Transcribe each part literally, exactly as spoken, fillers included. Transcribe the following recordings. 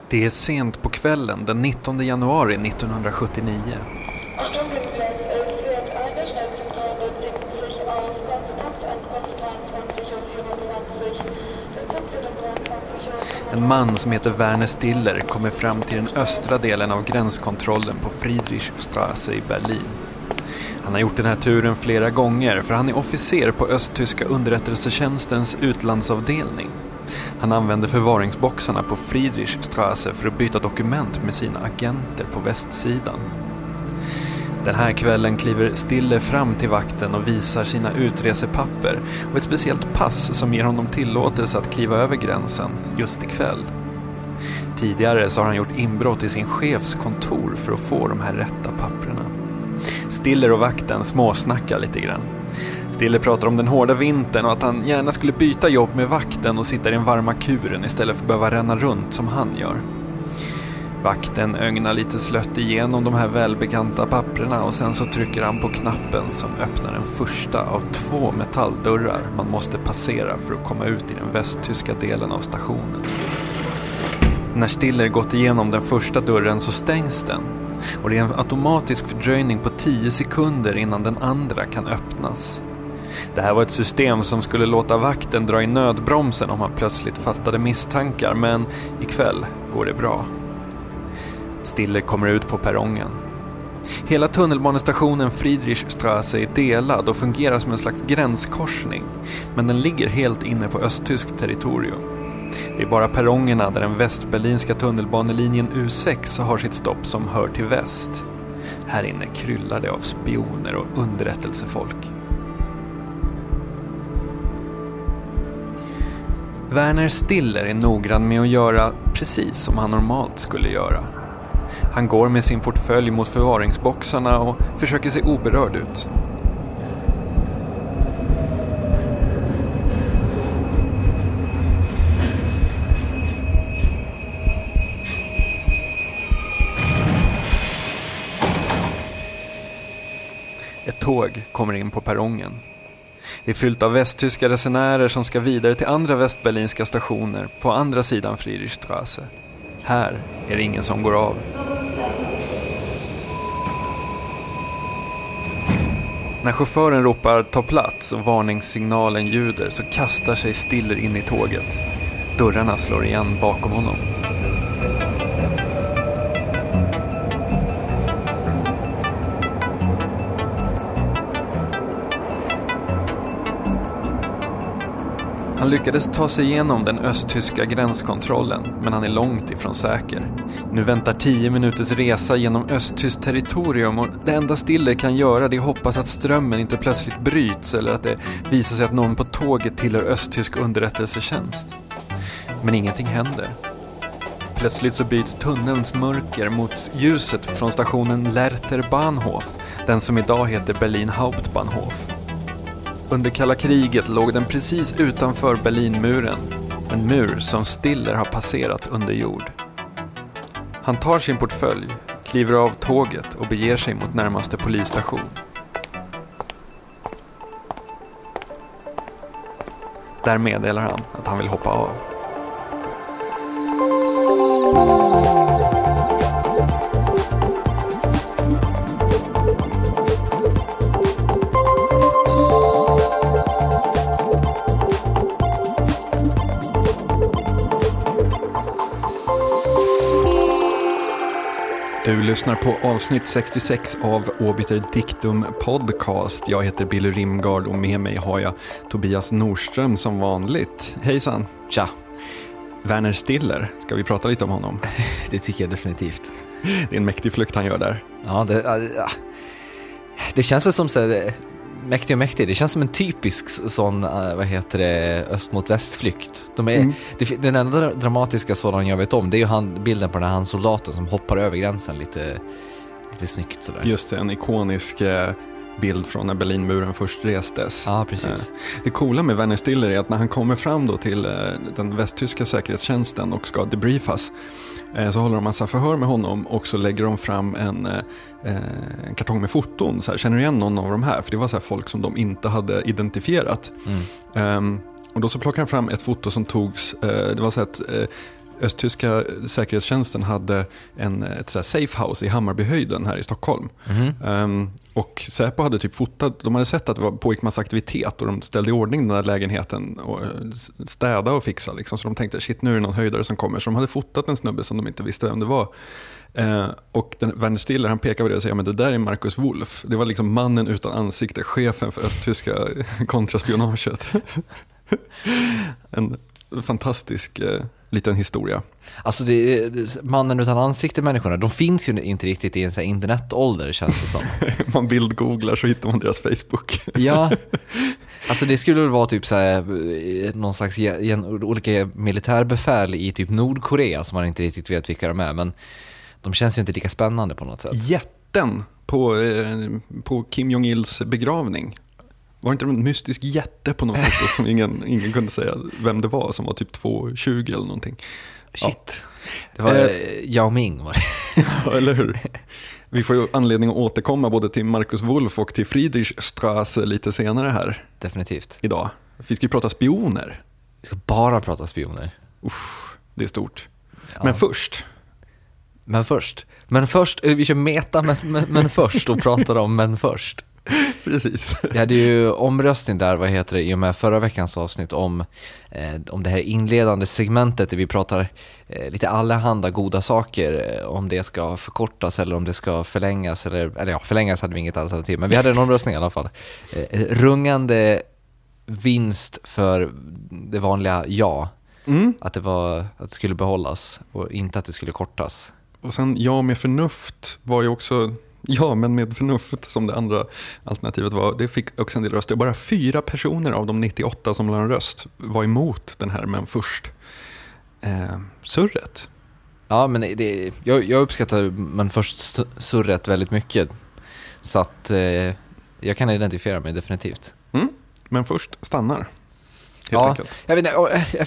Det är sent på kvällen den nittonde januari nittonhundrasjuttionio. Achtung, Gleis elf fährt eine Schnellzentral nullsiebzig aus Konstanz, Ankunft dreiundzwanzig Uhr vierundzwanzig. Der Zug fährt um dreiundzwanzig Uhr. En man som heter Werner Stiller kommer fram till den östra delen av gränskontrollen på Friedrichstraße i Berlin. Han har gjort den här turen flera gånger för han är officer på östtyska underrättelsetjänstens utlandsavdelning. Han använder förvaringsboxarna på Friedrichstraße för att byta dokument med sina agenter på västsidan. Den här kvällen kliver Stiller fram till vakten och visar sina utresepapper och ett speciellt pass som ger honom tillåtelse att kliva över gränsen just ikväll. Tidigare så har han gjort inbrott i sin chefs kontor för att få de här rätta papperna. Stiller och vakten småsnackar lite grann. Stiller pratar om den hårda vintern och att han gärna skulle byta jobb med vakten och sitta i den varma kuren istället för att behöva ränna runt som han gör. Vakten ögnar lite slött igenom de här välbekanta papperna och sen så trycker han på knappen som öppnar den första av två metalldörrar man måste passera för att komma ut i den västtyska delen av stationen. När Stiller gått igenom den första dörren så stängs den. Och det är en automatisk fördröjning på tio sekunder innan den andra kan öppnas. Det här var ett system som skulle låta vakten dra i nödbromsen om han plötsligt fattade misstankar, men ikväll går det bra. Stiller kommer ut på perrongen. Hela tunnelbanestationen Friedrichstraße är delad och fungerar som en slags gränskorsning, men den ligger helt inne på östtyskt territorium. Det är bara perrongerna där den västberlinska tunnelbanelinjen U sex har sitt stopp som hör till väst. Här inne kryllar det av spioner och underrättelsefolk. Werner Stiller är noggrann med att göra precis som han normalt skulle göra. Han går med sin portfölj mot förvaringsboxarna och försöker se oberörd ut. Ett tåg kommer in på perrongen. Det är fyllt av västtyska resenärer som ska vidare till andra västberlinska stationer på andra sidan Friedrichstraße. Här är det ingen som går av. När chauffören ropar ta plats och varningssignalen ljuder så kastar sig Stiller in i tåget. Dörrarna slår igen bakom honom. Han lyckades ta sig igenom den östtyska gränskontrollen, men han är långt ifrån säker. Nu väntar tio minuters resa genom östtyskt territorium och det enda Stiller kan göra det är hoppas att strömmen inte plötsligt bryts eller att det visar sig att någon på tåget tillhör östtysk underrättelsetjänst. Men ingenting händer. Plötsligt så byts tunnelns mörker mot ljuset från stationen Lerter Bahnhof, den som idag heter Berlin Hauptbahnhof. Under kalla kriget låg den precis utanför Berlinmuren, en mur som Stiller har passerat under jord. Han tar sin portfölj, kliver av tåget och beger sig mot närmaste polisstation. Där meddelar han att han vill hoppa av. Du lyssnar på avsnitt sextiosex av Obiter Dictum podcast. Jag heter Billy Rimgard och med mig har jag Tobias Nordström som vanligt. Hejsan. Tja. Werner Stiller, ska vi prata lite om honom? Det tycker jag definitivt. Det är en mäktig flykt han gör där. Ja, det, ja. det känns väl som så här, mäktig och mäktig. Det känns som en typisk sån, vad heter det, öst mot västflykt. De är, mm. det, den enda dramatiska sådan jag vet om, det är ju han, bilden på den här han soldaten som hoppar över gränsen lite, lite snyggt sådär. Just det, en ikonisk eh, bild från när Berlinmuren först restes. Ja, precis. Eh, det coola med Werner Stiller är att när han kommer fram då till eh, den västtyska säkerhetstjänsten och ska debriefas, eh, så håller de massa förhör med honom och så lägger de fram en, eh, en kartong med foton. Så här, känner du igen någon av de här? För det var så här folk som de inte hade identifierat. Mm. Um, och då så plockar han fram ett foto som togs, eh, det var så ett eh, östtyska säkerhetstjänsten hade en, ett så här safe house i Hammarbyhöjden här i Stockholm. Mm. Um, och Säpo hade typ fotat, de hade sett att det var, pågick massa aktivitet och de ställde i ordning den där lägenheten och städa och fixa liksom. Så de tänkte, shit, nu är det någon höjdare som kommer. Så de hade fotat en snubbe som de inte visste vem det var. Uh, och den, Werner Stiller, han pekade på det och sa, ja, men det där är Markus Wolf. Det var liksom mannen utan ansikte, chefen för östtyska kontraspionaget. En fantastisk eh, liten historia. Alltså det, mannen utan ansikte, människorna, de finns ju inte riktigt i en så här internetålder, känns det som. Man bildgooglar så hittar man deras Facebook. Ja, alltså det skulle väl vara typ så här, någon slags gen, olika militärbefäl i typ Nordkorea som man inte riktigt vet vilka de är, men de känns ju inte lika spännande på något sätt. Jätten på, eh, på Kim Jong-Ils begravning. Var inte det en mystisk jätte på något foto som ingen, ingen kunde säga vem det var, som var typ två tjugo eller någonting? Shit. Ja. Det var eh, Yao Ming var det. Ja, eller hur? Vi får ju anledning att återkomma både till Markus Wolf och till Friedrichstraße lite senare här. Definitivt. Idag. Vi ska ju prata spioner. Vi ska bara prata spioner. Uff, det är stort. Ja. Men först. Men först. Men först, vi kör meta men, men, men först och pratar om men först. Precis. Det hade ju omröstning där, vad heter det, i och med förra veckans avsnitt om, eh, om det här inledande segmentet där vi pratar eh, lite allehanda goda saker, eh, om det ska förkortas eller om det ska förlängas, eller, eller ja, förlängas hade vi inget alternativ, men vi hade en omröstning i alla fall. Eh, rungande vinst för det vanliga ja, mm. att, det var, att det skulle behållas och inte att det skulle kortas. Och sen ja med förnuft var ju också... Ja, men med förnuft som det andra alternativet var. Det fick också en del röster. Bara fyra personer av de nittioåtta som lade en röst var emot den här men först. Eh, surret. Ja, men det, jag, jag uppskattar men först surret väldigt mycket. Så att eh, jag kan identifiera mig definitivt. Mm, men först stannar. Ja, jag vet, inte, jag, jag,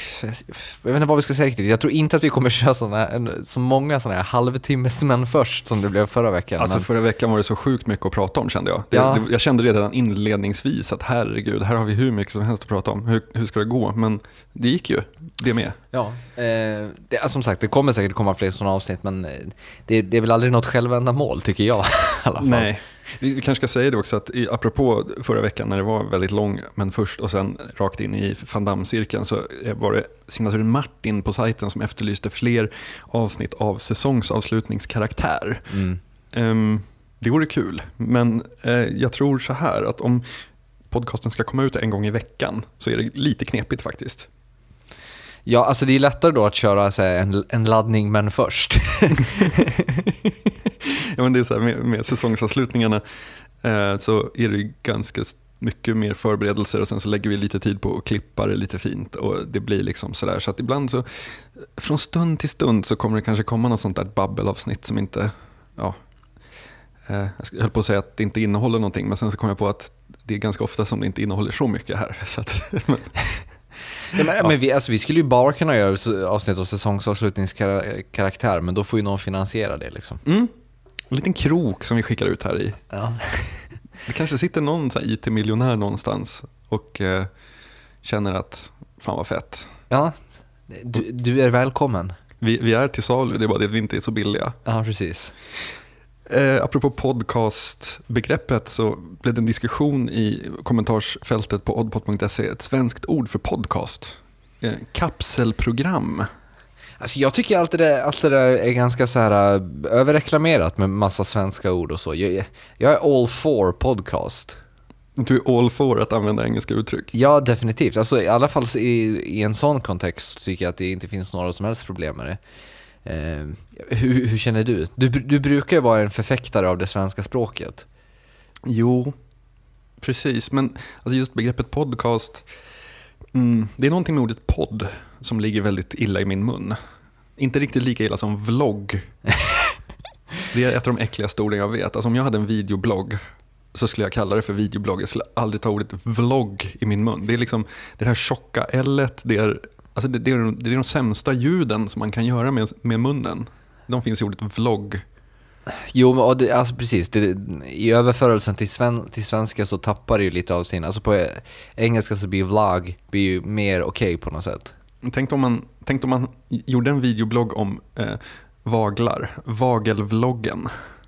jag vet inte vad vi ska säga riktigt. Jag tror inte att vi kommer köra såna, så många sådana här halvtimmes men först som det blev förra veckan. Alltså men... förra veckan var det så sjukt mycket att prata om, kände jag. Det, ja. det, jag kände det redan inledningsvis att herregud, här har vi hur mycket som helst att prata om. Hur, hur ska det gå? Men det gick ju, det med. Ja, eh, det, alltså, som sagt, det kommer säkert komma fler sådana avsnitt, men det, det är väl aldrig något självändamål, tycker jag i alla fall. Nej. Vi kanske ska säga det också att i, apropå förra veckan när det var väldigt lång men först och sen rakt in i Van Damme-cirkeln så var det signaturen Martin på sajten som efterlyste fler avsnitt av säsongsavslutningskaraktär. Mm. Um, det vore kul, men uh, jag tror så här att om podcasten ska komma ut en gång i veckan så är det lite knepigt faktiskt. Ja, alltså det är lättare då att köra så här, en, en laddning men först. Ja, men det är så här, med, med säsongsavslutningarna eh, så är det ju ganska mycket mer förberedelser och sen så lägger vi lite tid på att klippa det lite fint och det blir liksom sådär, så att ibland så från stund till stund så kommer det kanske komma något sånt där babbelavsnitt som inte, ja, eh, jag höll på att säga att det inte innehåller någonting, men sen så kom jag på att det är ganska ofta som det inte innehåller så mycket här, så att, men, ja, men, ja. men vi, alltså, vi skulle ju bara kunna göra avsnitt av säsongsavslutningskaraktär, men då får ju någon finansiera det liksom. Mm. En liten krok som vi skickar ut här i. Ja. Det kanske sitter någon så här I T-miljonär någonstans och eh, känner att fan vad fett. Ja, du, du är välkommen. Vi, vi är till salu, det är bara det att vi inte är så billiga. Ja, precis. Eh, apropå podcastbegreppet så blev det en diskussion i kommentarsfältet på oddpod punkt se, ett svenskt ord för podcast. Eh, kapselprogram. Alltså jag tycker allt det där, allt det där är ganska så här överreklamerat med massa svenska ord och så. Jag, jag är all for podcast. Du är all for att använda engelska uttryck? Ja, definitivt. Alltså i alla fall i, i en sån kontext tycker jag att det inte finns några som helst problem med det. Eh, hur, hur känner du? du? Du brukar ju vara en förfäktare av det svenska språket. Jo, precis. Men alltså just begreppet podcast, mm, det är någonting med ordet podd som ligger väldigt illa i min mun. Inte riktigt lika illa som vlogg. Det är ett av de äckligaste orden jag vet. Alltså om jag hade en videoblogg så skulle jag kalla det för videoblogg. Jag skulle aldrig ta ordet vlogg i min mun. Det är liksom det här tjocka L-et, det är, alltså det, det, är, det är de sämsta ljuden som man kan göra med, med munnen. De finns i ordet vlogg. Jo, men det, alltså precis. Det, i överförelsen till, sven, till svenska så tappar det ju lite av sin. Alltså på engelska så blir vlogg blir ju mer okej okay på något sätt. Tänk om man, tänk om man gjorde en videoblogg om eh, vaglar. Vagelvloggen.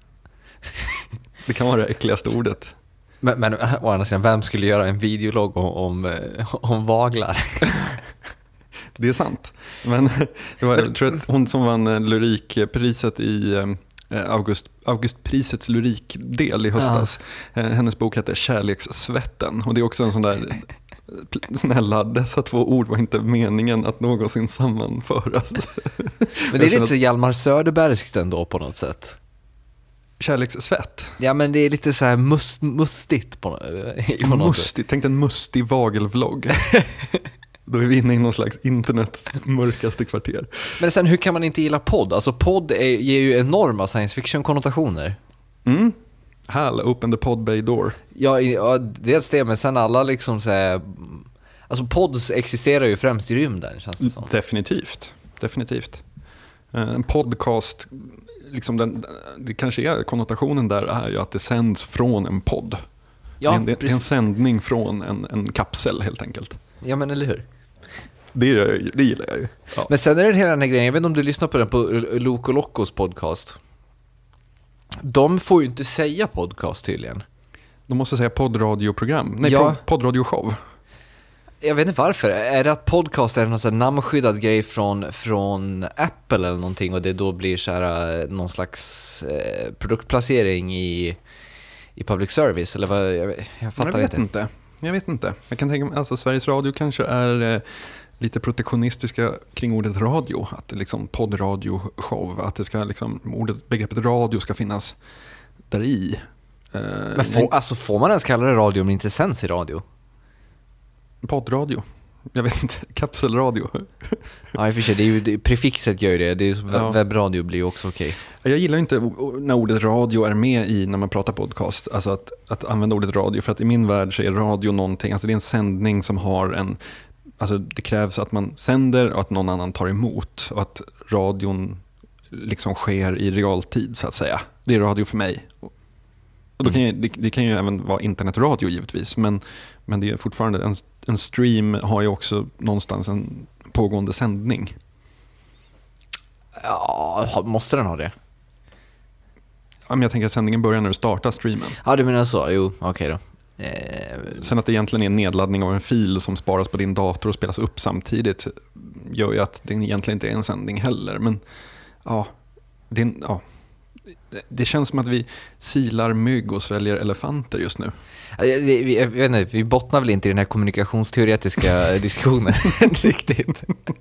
Det kan vara det äckligaste ordet. Men, men å andra sidan, vem skulle göra en videologg om, om, om vaglar? Det är sant. Men det var, jag tror att hon som vann lyrikpriset i August, Augustprisets lyrikdel i höstas, ja. Hennes bok heter Kärlekssvetten. Och det är också en sån där, snälla, dessa två ord var inte meningen att någonsin sammanföras. Men det är lite så Hjalmar Söderbergskt ändå på något sätt. Kärlekssvett. Ja, men det är lite så här must, mustigt på, på något mustigt. sätt. Tänk en mustig vagelvlogg. Då är vi inne i någon slags internets mörkaste kvarter. Men sen, hur kan man inte gilla podd? Alltså podd är, ger ju enorma science fiction-konnotationer. Mm. Hall, open the pod bay door. Ja, ja, dels det, men sen alla liksom så här, alltså pods existerar ju främst i rymden, känns det som. Definitivt, definitivt. En podcast, liksom den, det kanske är konnotationen där är ju att det sänds från en podd. Ja, det, är, det är en sändning från en, en kapsel helt enkelt. Ja, men eller hur? Det, det gillar jag ju. Ja. Men sen är det hela den här grejen, jag vet inte om du lyssnar på den på Loco Locos podcast. De får ju inte säga podcast tydligen. De måste säga poddradioprogram. Nej, ja. poddradioshow. Jag vet inte varför. Är det att podcast är någon sån här namnskyddad grej från, från Apple eller någonting, och det då blir så här någon slags eh, produktplacering i, i public service? Eller vad, jag, jag fattar jag vet inte. inte. Jag vet inte. Jag kan tänka mig, alltså Sveriges Radio kanske är eh, lite protektionistiska kring ordet radio. Att det liksom poddradioshow, att det ska liksom, ordet, begreppet radio ska finnas där i. Eh, Men får, alltså får man ens kalla det radio om det inte sänds i radio? Poddradio. Jag vet inte, kapselradio. Ja, i och för sig, det är ju, det, prefixet gör ju det. Det är, ja. Webbradio blir ju också okej. Okay. Jag gillar inte när ordet radio är med i när man pratar podcast. Alltså att, att använda ordet radio. För att i min värld så är radio någonting, alltså det är en sändning som har en, alltså det krävs att man sänder och att någon annan tar emot. Och att radion liksom sker i realtid så att säga. Det är radio för mig. Och då kan ju, det, det kan ju även vara internetradio givetvis. Men, men det är fortfarande, en, en stream har ju också någonstans en pågående sändning. Ja, måste den ha det? Ja, men jag tänker att sändningen börjar när du startar streamen. Ja, du menar så. Jo, okej okay då. Eh... Sen att det egentligen är en nedladdning av en fil som sparas på din dator och spelas upp samtidigt gör ju att det egentligen inte är en sändning heller. Men ja, det, är, ja, det känns som att vi silar mygg och sväljer elefanter just nu. Vi, jag vet inte, vi bottnar väl inte i den här kommunikationsteoretiska diskussionen riktigt.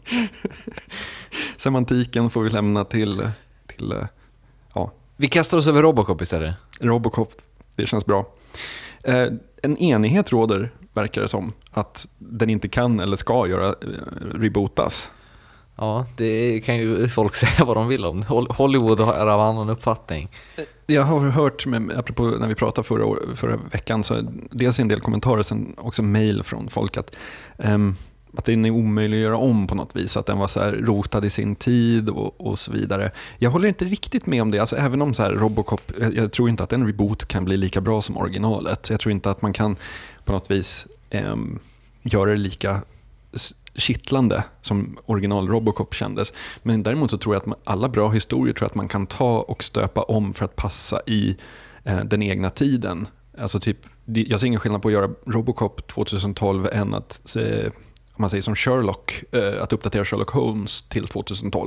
Semantiken får vi lämna till, till ja. Vi kastar oss över Robocop istället. Robocop, det känns bra. Eh, en enighet råder, verkar det som, att den inte kan eller ska göra eh, rebootas. Ja, det kan ju folk säga vad de vill om. Hollywood är av annan uppfattning. Jag har hört, med, apropå när vi pratade förra, förra veckan, så dels en del kommentarer, sen också mejl från folk att, um, att den är omöjlig att göra om på något vis, att den var så här rotad i sin tid och, och så vidare. Jag håller inte riktigt med om det, alltså, även om så här Robocop, jag, jag tror inte att en reboot kan bli lika bra som originalet. Jag tror inte att man kan på något vis um, göra det lika kittlande som original Robocop kändes. Men däremot så tror jag att man, alla bra historier tror jag att man kan ta och stöpa om för att passa i eh, den egna tiden. Alltså typ, jag ser ingen skillnad på att göra Robocop tjugohundratolv än att, eh, om man säger som Sherlock, eh, att uppdatera Sherlock Holmes till tjugohundratolv.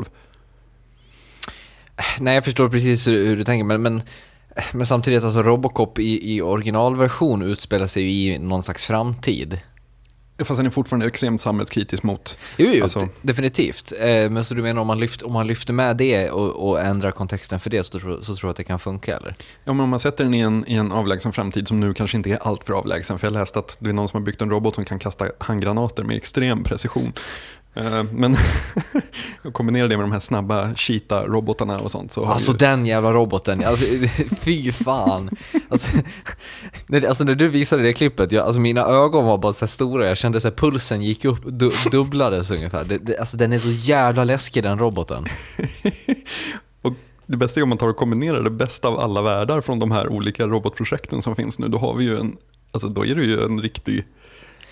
Nej, jag förstår precis hur, hur du tänker, men, men, men samtidigt, alltså Robocop i, i originalversion utspelar sig i någon slags framtid. Fast den är fortfarande extremt samhällskritisk mot... Jo, jo alltså... definitivt. Eh, men så du menar om man, lyft, om man lyfter med det och, och ändrar kontexten för det, så, så, så tror jag att det kan funka, eller? Ja, men om man sätter den i en, i en avlägsen framtid som nu kanske inte är allt för avlägsen. För jag läste att det är någon som har byggt en robot som kan kasta handgranater med extrem precision. Eh, men kombinera det med de här snabba cheetah-robotarna och sånt. Så alltså ju... den jävla roboten, alltså, fy fan. Alltså när, alltså när du visade det klippet, jag, alltså mina ögon var bara så här stora, jag kände att pulsen gick upp, du, dubblades ungefär. Det, det, alltså den är så jävla läskig, den roboten. Och det bästa är om man tar och kombinerar det bästa av alla världar från de här olika robotprojekten som finns nu. Då har vi ju en, alltså då är det ju en riktig...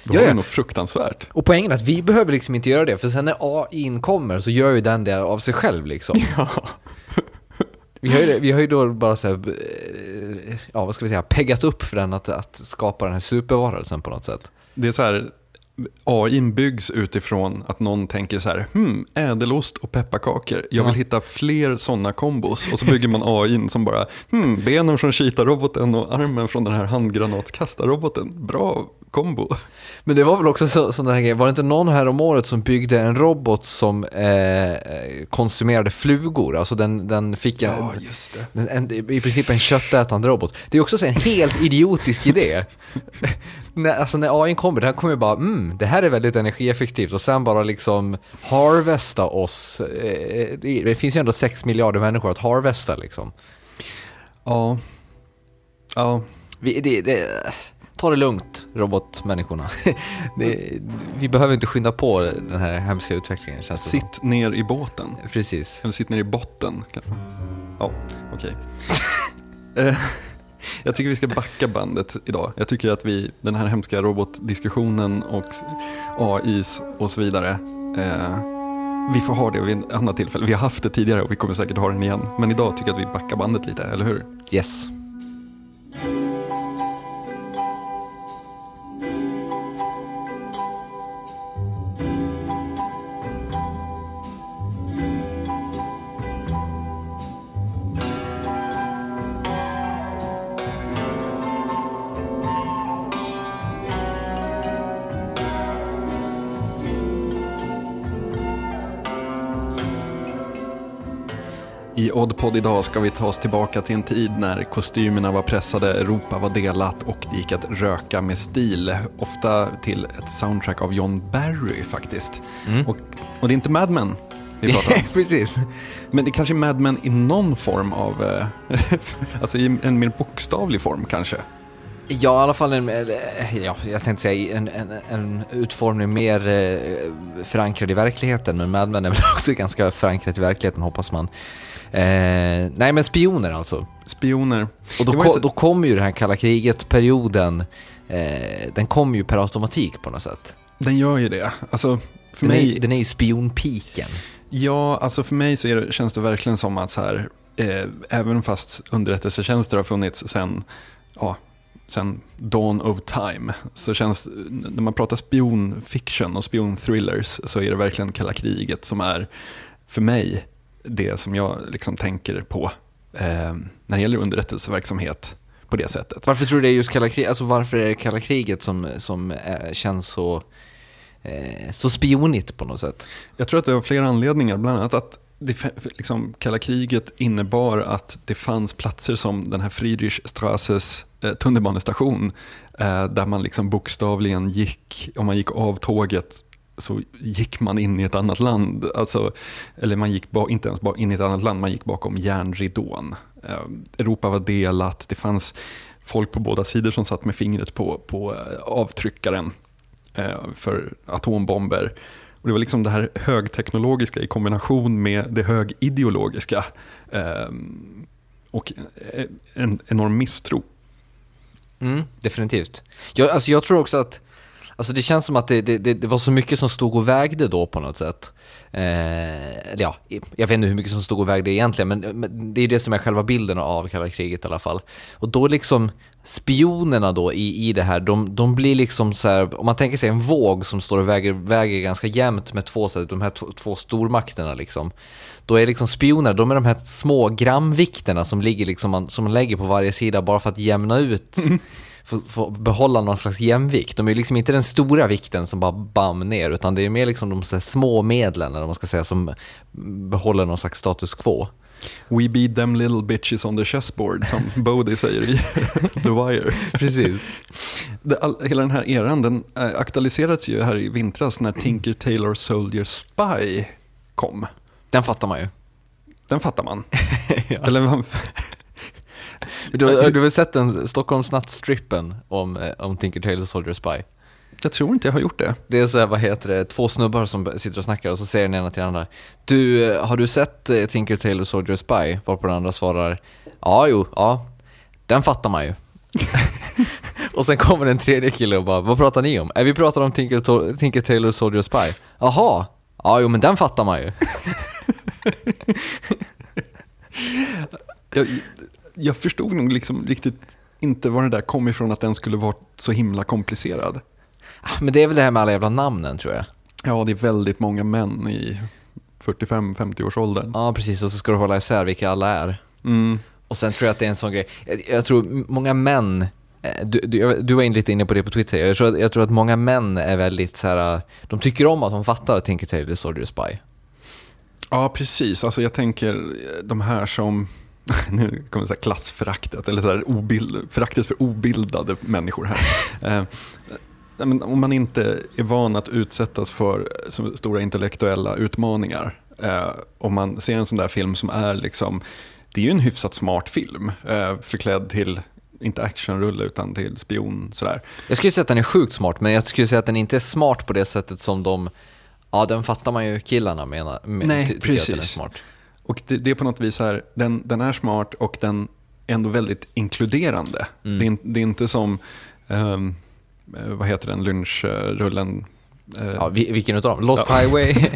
Då ja, är det nog fruktansvärt. Och poängen är att vi behöver liksom inte göra det, för sen när A I kommer så gör ju den det av sig själv liksom. Ja. Vi har, ju, vi har ju då bara så här, ja, vad ska vi säga, peggat upp för den att, att skapa den här supervarelsen på något sätt. Det är så här, A I byggs utifrån att någon tänker så här, hmm, ädelost och pepparkakor. Jag vill ja. hitta fler sådana kombos. Och så bygger man A I som bara, hmm, benen från Cheetah-roboten och armen från den här handgranatskastarroboten. Bra kombo. Men det var väl också så, sån där grej, var det inte någon här om året som byggde en robot som eh, konsumerade flugor? Alltså den, den fick en, ja, just det. En, en, i princip en köttätande robot. Det är också så en helt idiotisk idé. när, alltså när A I kommer, det här kommer ju bara, mm, det här är väldigt energieffektivt, och sen bara liksom harvesta oss. Eh, det, det finns ju ändå sex miljarder människor att harvesta liksom. Ja. Ja. Vi, det, det, ta det lugnt, robotmänniskorna. det, vi behöver inte skynda på den här hemska utvecklingen. Känns det sitt som. ner i båten. Precis. Eller sitt ner i botten kanske. Ja, okej. Okay. Jag tycker vi ska backa bandet idag. Jag tycker att vi, den här hemska robotdiskussionen och A Is och så vidare, eh, vi får ha det vid ett annat tillfälle. Vi har haft det tidigare och vi kommer säkert ha den igen. Men idag tycker jag att vi backar bandet lite, eller hur? Yes. I Oddpod idag ska vi ta oss tillbaka till en tid när kostymerna var pressade, Europa var delat och det gick att röka med stil. Ofta till ett soundtrack av John Barry faktiskt. Mm. Och, och det är inte Mad Men vi pratar om. Precis. Men det är kanske är Mad Men i någon form av, eh, alltså i en mer bokstavlig form kanske. Ja, i alla fall en, ja, jag tänkte säga en, en, en utformning mer eh, förankrad i verkligheten, men Mad Men är väl också ganska förankrad i verkligheten, hoppas man. Eh, nej, men spioner alltså. Spioner. Och då, ko- så... då kommer ju den här kalla kriget-perioden, eh, den kommer ju per automatik på något sätt. Den gör ju det. Alltså, för den, mig... är, den är ju spionpiken. Ja, alltså för mig så är det, känns det verkligen som att så här, eh, även fast underrättelsetjänster har funnits sen, ja, sen Dawn of Time, så känns, när man pratar spionfiction och spionthrillers, så är det verkligen kalla kriget som är för mig det som jag liksom tänker på eh, när det gäller underrättelseverksamhet på det sättet. Varför tror du det är just kalla kriget? Alltså varför är det kalla kriget som, som eh, känns så, eh, så spionigt på något sätt? Jag tror att det har flera anledningar, bland annat att det, liksom, kalla kriget innebar att det fanns platser som den här Friedrichstrasses eh, tunnelbanestation eh, där man liksom bokstavligen gick, om man gick av tåget så gick man in i ett annat land, alltså, eller man gick ba, inte ens ba, in i ett annat land, man gick bakom järnridån. Eh, Europa var delat, det fanns folk på båda sidor som satt med fingret på, på avtryckaren eh, för atombomber. Och det var liksom det här högteknologiska i kombination med det högideologiska eh, och en enorm misstro. Mm, definitivt. Jag, alltså jag tror också att alltså det känns som att det, det, det var så mycket som stod och vägde då på något sätt. Eh, ja, jag vet inte hur mycket som stod och vägde egentligen, men, men det är det som är själva bilden av kalla kriget i alla fall. Och då liksom spionerna då i, i det här, de, de blir liksom så här, om man tänker sig en våg som står och väger, väger ganska jämnt med två, så här, de här två, två stormakterna liksom. Då är liksom spioner, de är de här små gramvikterna som ligger liksom, som man lägger på varje sida bara för att jämna ut, för, för att behålla någon slags jämvikt. De är liksom inte den stora vikten som bara bam ner, utan det är mer liksom de så här små medlen, eller man ska säga, som behåller någon slags status quo. We beat them little bitches on the chessboard, som Bodhi säger i The Wire. Precis. Det, all, hela den här eran, den äh, aktualiserades ju här i vintras när Tinker Tailor Soldier Spy kom. Den fattar man ju. Den fattar man. Ja. Eller man... du, du har väl sett den Stockholms nattstrippen om, om Tinker Tailor Soldier Spy? Jag tror inte jag har gjort det. Det är så här, vad heter det, två snubbar som sitter och snackar och så säger den ena till den andra: Du, har du sett eh, Tinker Tailor Soldier Spy? Varpå den andra svarar: Ja, jo, ja, den fattar man ju. Och sen kommer en tredje kille och bara, vad pratar ni om? Äh, vi pratar om Tinker, Tinker Tailor Soldier Spy. Jaha, ja jo men den fattar man ju. jag, jag förstod nog liksom riktigt inte var det där kom ifrån att den skulle vara så himla komplicerad. Men det är väl det här med alla jävla namnen tror jag. Ja, det är väldigt många män i fyrtiofem femtio års åldern. Ja, precis. Och så ska du hålla isär vilka alla är. Mm. Och sen tror jag att det är en sån grej. Jag, jag tror många män, du, du, du var in lite inne på det på Twitter. Jag tror, jag tror att många män är väldigt så här, de tycker om att de fattar Tinker Tailor Soldier Spy. Ja, precis. Alltså jag tänker de här som, nu kommer det så här klassföraktet, eller så här obild, föraktet för obildade människor här. eh, men om man inte är van att utsättas för så stora intellektuella utmaningar, eh, om man ser en sån där film som är liksom, det är ju en hyfsat smart film, eh, förklädd till inte actionrulle utan till spion sådär. Jag skulle säga att den är sjukt smart, men jag skulle säga att den inte är smart på det sättet som de, ja den fattar man ju killarna menar. Nej, ty- precis. Att den är smart. Och det, det är på något vis här, den, den är smart och den är ändå väldigt inkluderande. Mm. Det, är, det är inte som, um, vad heter den, lunchrullen? Uh, Ja, vilken utav dem? Lost ja. Highway?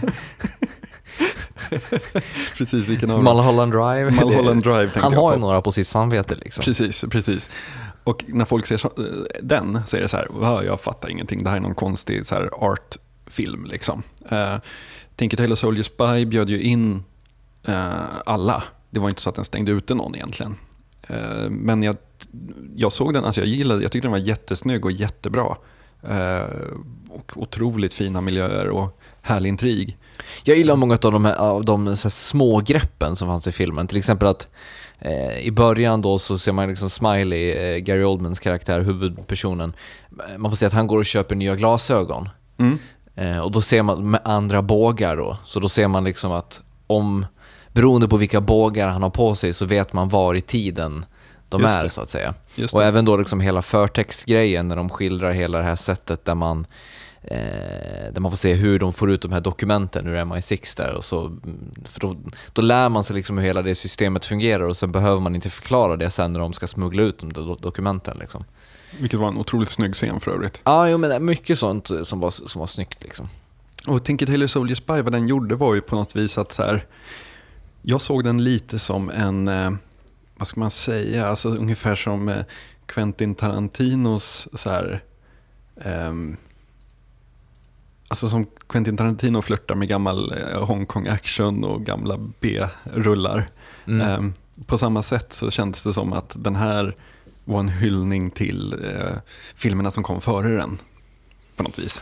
Precis, vilken av Mulholland Drive? Mulholland Drive. Han jag har på. ju några på sitt samvete liksom. Precis, precis. Och när folk ser så, den så är det så här, jag fattar ingenting, det här är någon konstig så här artfilm liksom. Uh, Tinker Tailor Soldier Spy bjöd ju in uh, alla. Det var inte så att den stängde ute någon egentligen. Uh, men jag, jag såg den, alltså jag gillade, jag tyckte den var jättesnygg och jättebra. Uh, och otroligt fina miljöer och härlig intrig. Jag gillar många av de, här, av de så här, små greppen som fanns i filmen. Till exempel att eh, i början då så ser man liksom Smiley, eh, Gary Oldmans karaktär, huvudpersonen. Man får se att han går och köper nya glasögon. Mm. Eh, och då ser man med andra bågar då. Så då ser man liksom att om, beroende på vilka bågar han har på sig så vet man var i tiden de Just är det. så att säga. Just Och det. även då liksom hela förtextgrejen när de skildrar hela det här sättet där man eh, där man får se hur de får ut de här dokumenten ur M I sex där och så, för då, då lär man sig liksom hur hela det systemet fungerar och sen behöver man inte förklara det sen när de ska smuggla ut de do- dokumenten liksom. Vilket var en otroligt snygg scen för övrigt. Ja, jo, men det är mycket sånt som var, som var snyggt liksom. Och Tinker Tailor Soldier Spy, vad den gjorde var ju på något vis att så här, jag såg den lite som en, eh, vad ska man säga, alltså ungefär som eh, Quentin Tarantinos så här, ehm, alltså som Quentin Tarantino flörtar med gammal eh, Hongkong action och gamla B-rullar. Mm. Ehm, på samma sätt så kändes det som att den här var en hyllning till eh, filmerna som kom före den på något vis.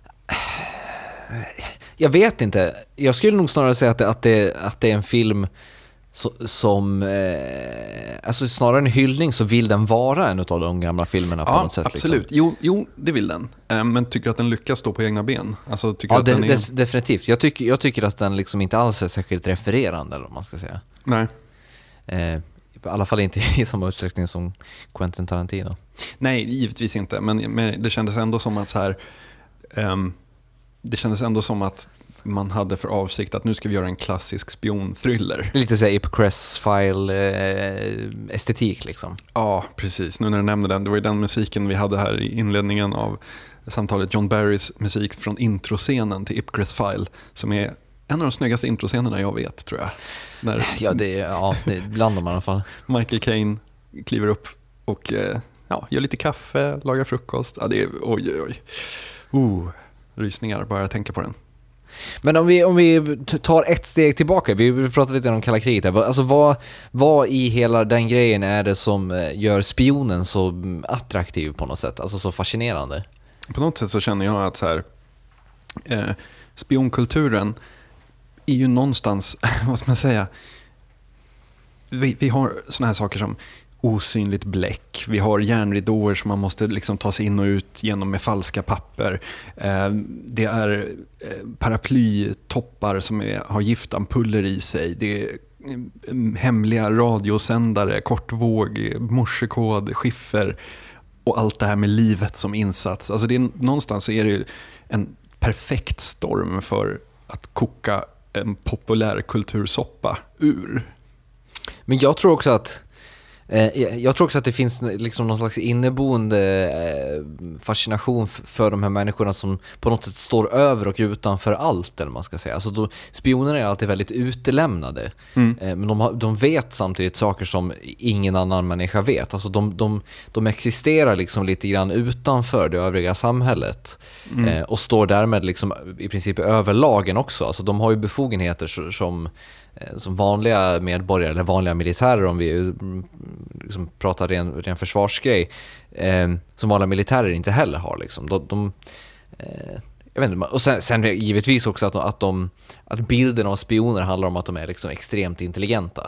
Jag vet inte. Jag skulle nog snarare säga att det, att det, att det är en film so, som eh, alltså snarare en hyllning så vill den vara en av de gamla filmerna på Ja, något sätt. absolut. Liksom. Jo, jo, det vill den. Eh, men tycker att den lyckas stå på egna ben? Alltså, tycker Ja, att de, den är... def- definitivt. Jag tycker, jag tycker att den liksom inte alls är särskilt refererande, eller vad man ska säga. Nej. Eh, I alla fall inte i samma utsträckning som Quentin Tarantino. Nej, givetvis inte. Men, men det kändes ändå som att så här, ehm, det kändes ändå som att man hade för avsikt att nu ska vi göra en klassisk spionthriller. Det är lite så här Ip Cress-file-estetik liksom. Ja, precis. Nu när du nämner den, det var ju den musiken vi hade här i inledningen av samtalet. John Barrys musik från introscenen till Ip Cress-file, som är en av de snyggaste introscenerna jag vet, tror jag. När Ja, det är, ja, det är bland dem i alla fall. Michael Caine kliver upp och eh, ja, gör lite kaffe, lagar frukost. Ja, det är, oj, oj, oj. Uh, rysningar, bara jag tänker på den. Men om vi, om vi tar ett steg tillbaka, vi pratade lite om kalla kriget här. Alltså vad, vad i hela den grejen är det som gör spionen så attraktiv på något sätt? Alltså så fascinerande? På något sätt så känner jag att så här, eh, spionkulturen är ju någonstans, vad ska man säga, vi, vi har såna här saker som osynligt bläck. Vi har järnridåer som man måste liksom ta sig in och ut genom med falska papper. Eh, det är eh, paraplytoppar som är, har giftampuller i sig. Det är eh, hemliga radiosändare, kortvåg, morsekod, skiffer och allt det här med livet som insats. Alltså det är, någonstans så är det en perfekt storm för att koka en populär kultursoppa ur. Men jag tror också att Eh, jag tror också att det finns liksom någon slags inneboende eh, fascination f- för de här människorna som på något sätt står över och utanför allt, eller man ska säga. Alltså då, spionerna är alltid väldigt utelämnade, mm. eh, men de, har, de vet samtidigt saker som ingen annan människa vet. Alltså de, de, de existerar liksom lite grann utanför det övriga samhället, mm. eh, och står därmed liksom i princip över lagen också. Alltså de har ju befogenheter som som vanliga medborgare eller vanliga militärer, om vi liksom pratar ren, ren försvarsgrej, eh, som vanliga militärer inte heller har liksom. De, de, eh, jag vet inte, och sen, sen givetvis också att, de, att, de, att bilden av spioner handlar om att de är liksom extremt intelligenta.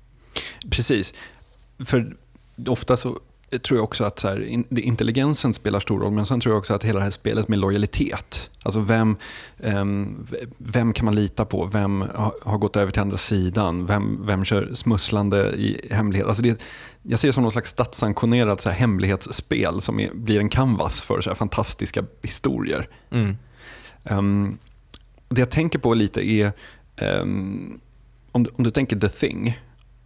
Precis, för ofta så tror jag också att så här, in, intelligensen spelar stor roll, men sen tror jag också att hela det här spelet med lojalitet, alltså vem, um, vem kan man lita på, vem har, har gått över till andra sidan, vem, vem kör smusslande i hemlighet. Alltså det, jag ser det som någon slags statssanktionerat så här, hemlighetsspel som är, blir en canvas för så här, fantastiska historier. Mm. Um, det jag tänker på lite är um, om, om du tänker The Thing,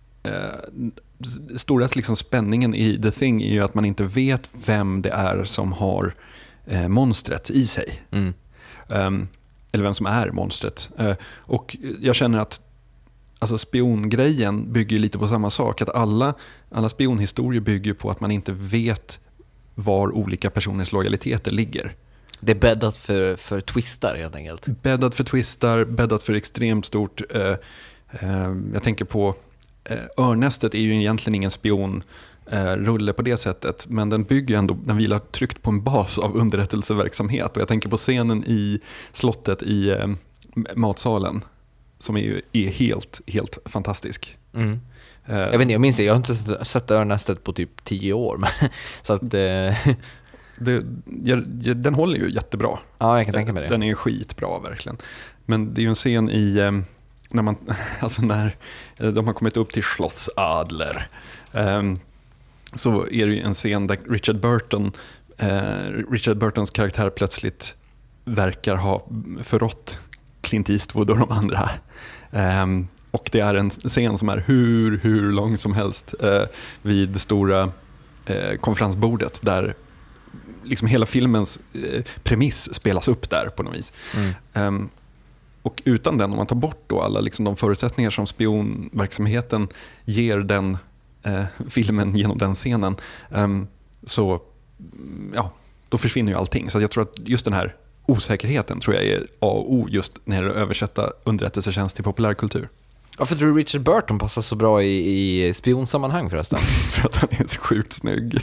uh, stora liksom spänningen i The Thing är ju att man inte vet vem det är som har eh, monstret i sig. Mm. Um, eller vem som är monstret. Uh, och jag känner att alltså spiongrejen bygger lite på samma sak. Att alla, alla spionhistorier bygger på att man inte vet var olika personers lojaliteter ligger. Det är bäddat för, för twistar helt enkelt. Bäddat för twistar, bäddat för extremt stort. Uh, uh, jag tänker på Örnästet är ju egentligen ingen spionrulle på det sättet, men den bygger ändå, den vilar tryggt på en bas av underrättelseverksamhet, och jag tänker på scenen i slottet i eh, matsalen som är ju är helt, helt fantastisk. Mm. Uh, jag vet inte, jag minns det, jag har inte sett Örnästet på typ tio år, men, så att... Uh... det, jag, den håller ju jättebra. Ja, jag kan tänka mig det. Den är skitbra verkligen. Men det är ju en scen i... Eh, När, man, alltså när de har kommit upp till Schloss Adler, um, så är det ju en scen där Richard Burton, uh, Richard Burtons karaktär plötsligt verkar ha förrått Clint Eastwood och de andra. Um, och det är en scen som är hur, hur lång som helst uh, vid det stora uh, konferensbordet där liksom hela filmens uh, premiss spelas upp där på något vis. Mm. Um, Och utan den, om man tar bort då alla liksom de förutsättningar som spionverksamheten ger den eh, filmen genom den scenen, um, så ja, då försvinner ju allting. Så jag tror att just den här osäkerheten tror jag är A och O just när det översätta underrättelsetjänst till populärkultur. Varför tror du Richard Burton passar så bra i, i spionsammanhang förresten? För att han är så sjukt snygg.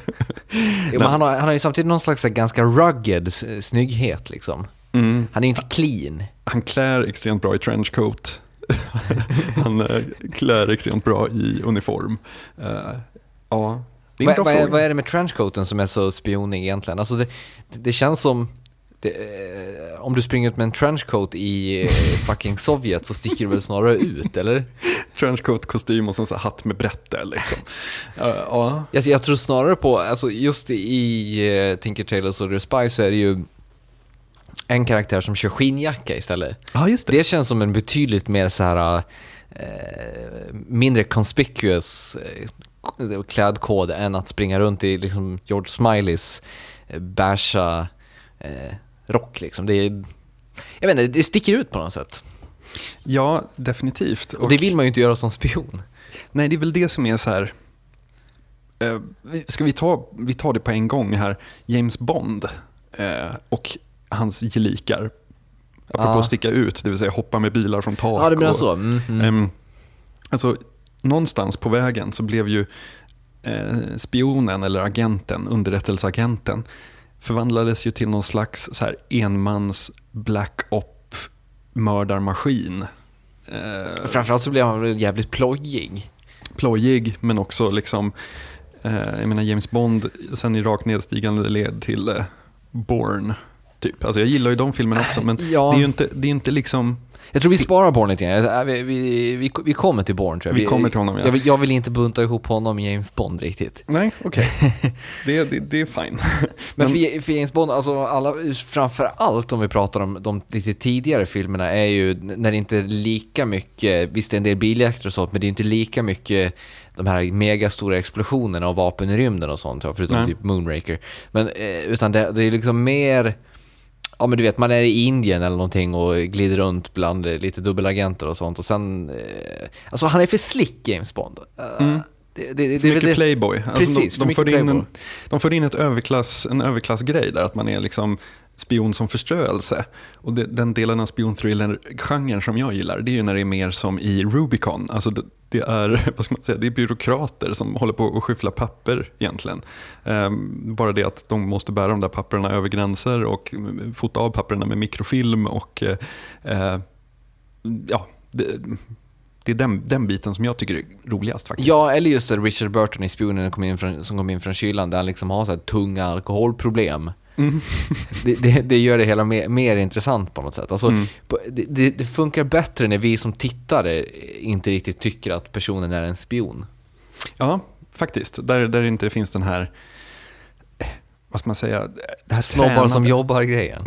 Jo, men han, har, han har ju samtidigt någon slags ganska rugged snygghet liksom. Mm. Han är ju inte clean. Han klär extremt bra i trenchcoat. Han uh, klär extremt bra i uniform. Uh, ja, det är en bra vad, fråga. Vad är det med trenchcoaten som är så spionig egentligen? Alltså det, det, det känns som det, eh, om du springer ut med en trenchcoat i eh, fucking Sovjet så sticker det väl snarare ut, eller? Trenchcoat, kostym och så hatt med brätte liksom. uh, ja. jag, jag tror snarare på, alltså just i uh, Tinker Tailor Soldier Spy så är det ju en karaktär som kör skinnjacka istället. Ja, just det. Det känns som en betydligt mer så här eh, mindre conspicuous eh, klädkod än att springa runt i liksom George Smileys eh, bärsa eh, rock liksom. Det är, jag vet inte, det sticker ut på något sätt. Ja, definitivt. Och det vill man ju inte göra som spion. Nej, det är väl det som är så här. Eh, ska vi ta vi tar det på en gång här. James Bond eh, och hans gelikar, apropå att sticka ut, det vill säga hoppa med bilar från tak. Ja, det menar och, så. Mm, mm. Um, alltså, någonstans på vägen så blev ju eh, spionen eller agenten, underrättelseagenten, förvandlades ju till någon slags så här enmans black op mördarmaskin. Eh, Framförallt så blev han väl jävligt plojig. Plojig, men också liksom, eh, jag menar James Bond sen i rakt nedstigande led till eh, Bourne. Typ. Alltså jag gillar ju de filmerna också, men ja. det är ju inte, det är inte liksom... Jag tror vi sparar Bourne lite grann. Vi, vi, vi, vi kommer till Bourne, tror jag. Vi kommer till honom, ja. Jag vill, jag vill inte bunta ihop honom med James Bond riktigt. Nej, okej. Okay. det, det, det är fine. Men, Men för, för James Bond, alltså alla, framför allt om vi pratar om de lite tidigare filmerna, är ju när det inte är lika mycket, visst det är en del biljakter och sånt, men det är inte lika mycket de här megastora explosionerna och vapen i rymden och sånt, förutom Nej. typ Moonraker. Men, utan det, det är liksom mer... Ja, men du vet, man är i Indien eller någonting och glider runt bland lite dubbelagenter och sånt. Och sen, eh, alltså han är för slick, James Bond. Uh, mm. det, det, det, för mycket det, playboy. Precis, alltså de, de, för för in en, de för in ett överklass, en överklassgrej där, att man är liksom spion som förströelse. Och det, den delen av spionthriller-genren som jag gillar, det är ju när det är mer som i Rubicon. Alltså det, det är, vad ska man säga, det är byråkrater som håller på att skyffla papper egentligen. Um, bara det att de måste bära de där papperna över gränser och fota av papperna med mikrofilm och uh, ja, det, det är den, den biten som jag tycker är roligast faktiskt. Ja, eller just det, Richard Burton i Spionen kom in från, som kom in från kylan, där han liksom har så här tunga alkoholproblem. Mm. det, det, det gör det hela mer, mer intressant på något sätt. Alltså, mm. det, det, det funkar bättre när vi som tittare inte riktigt tycker att personen är en spion. Ja, faktiskt. Där, där inte finns den här, vad ska man säga, det här snobbar tränade... som jobbar grejen.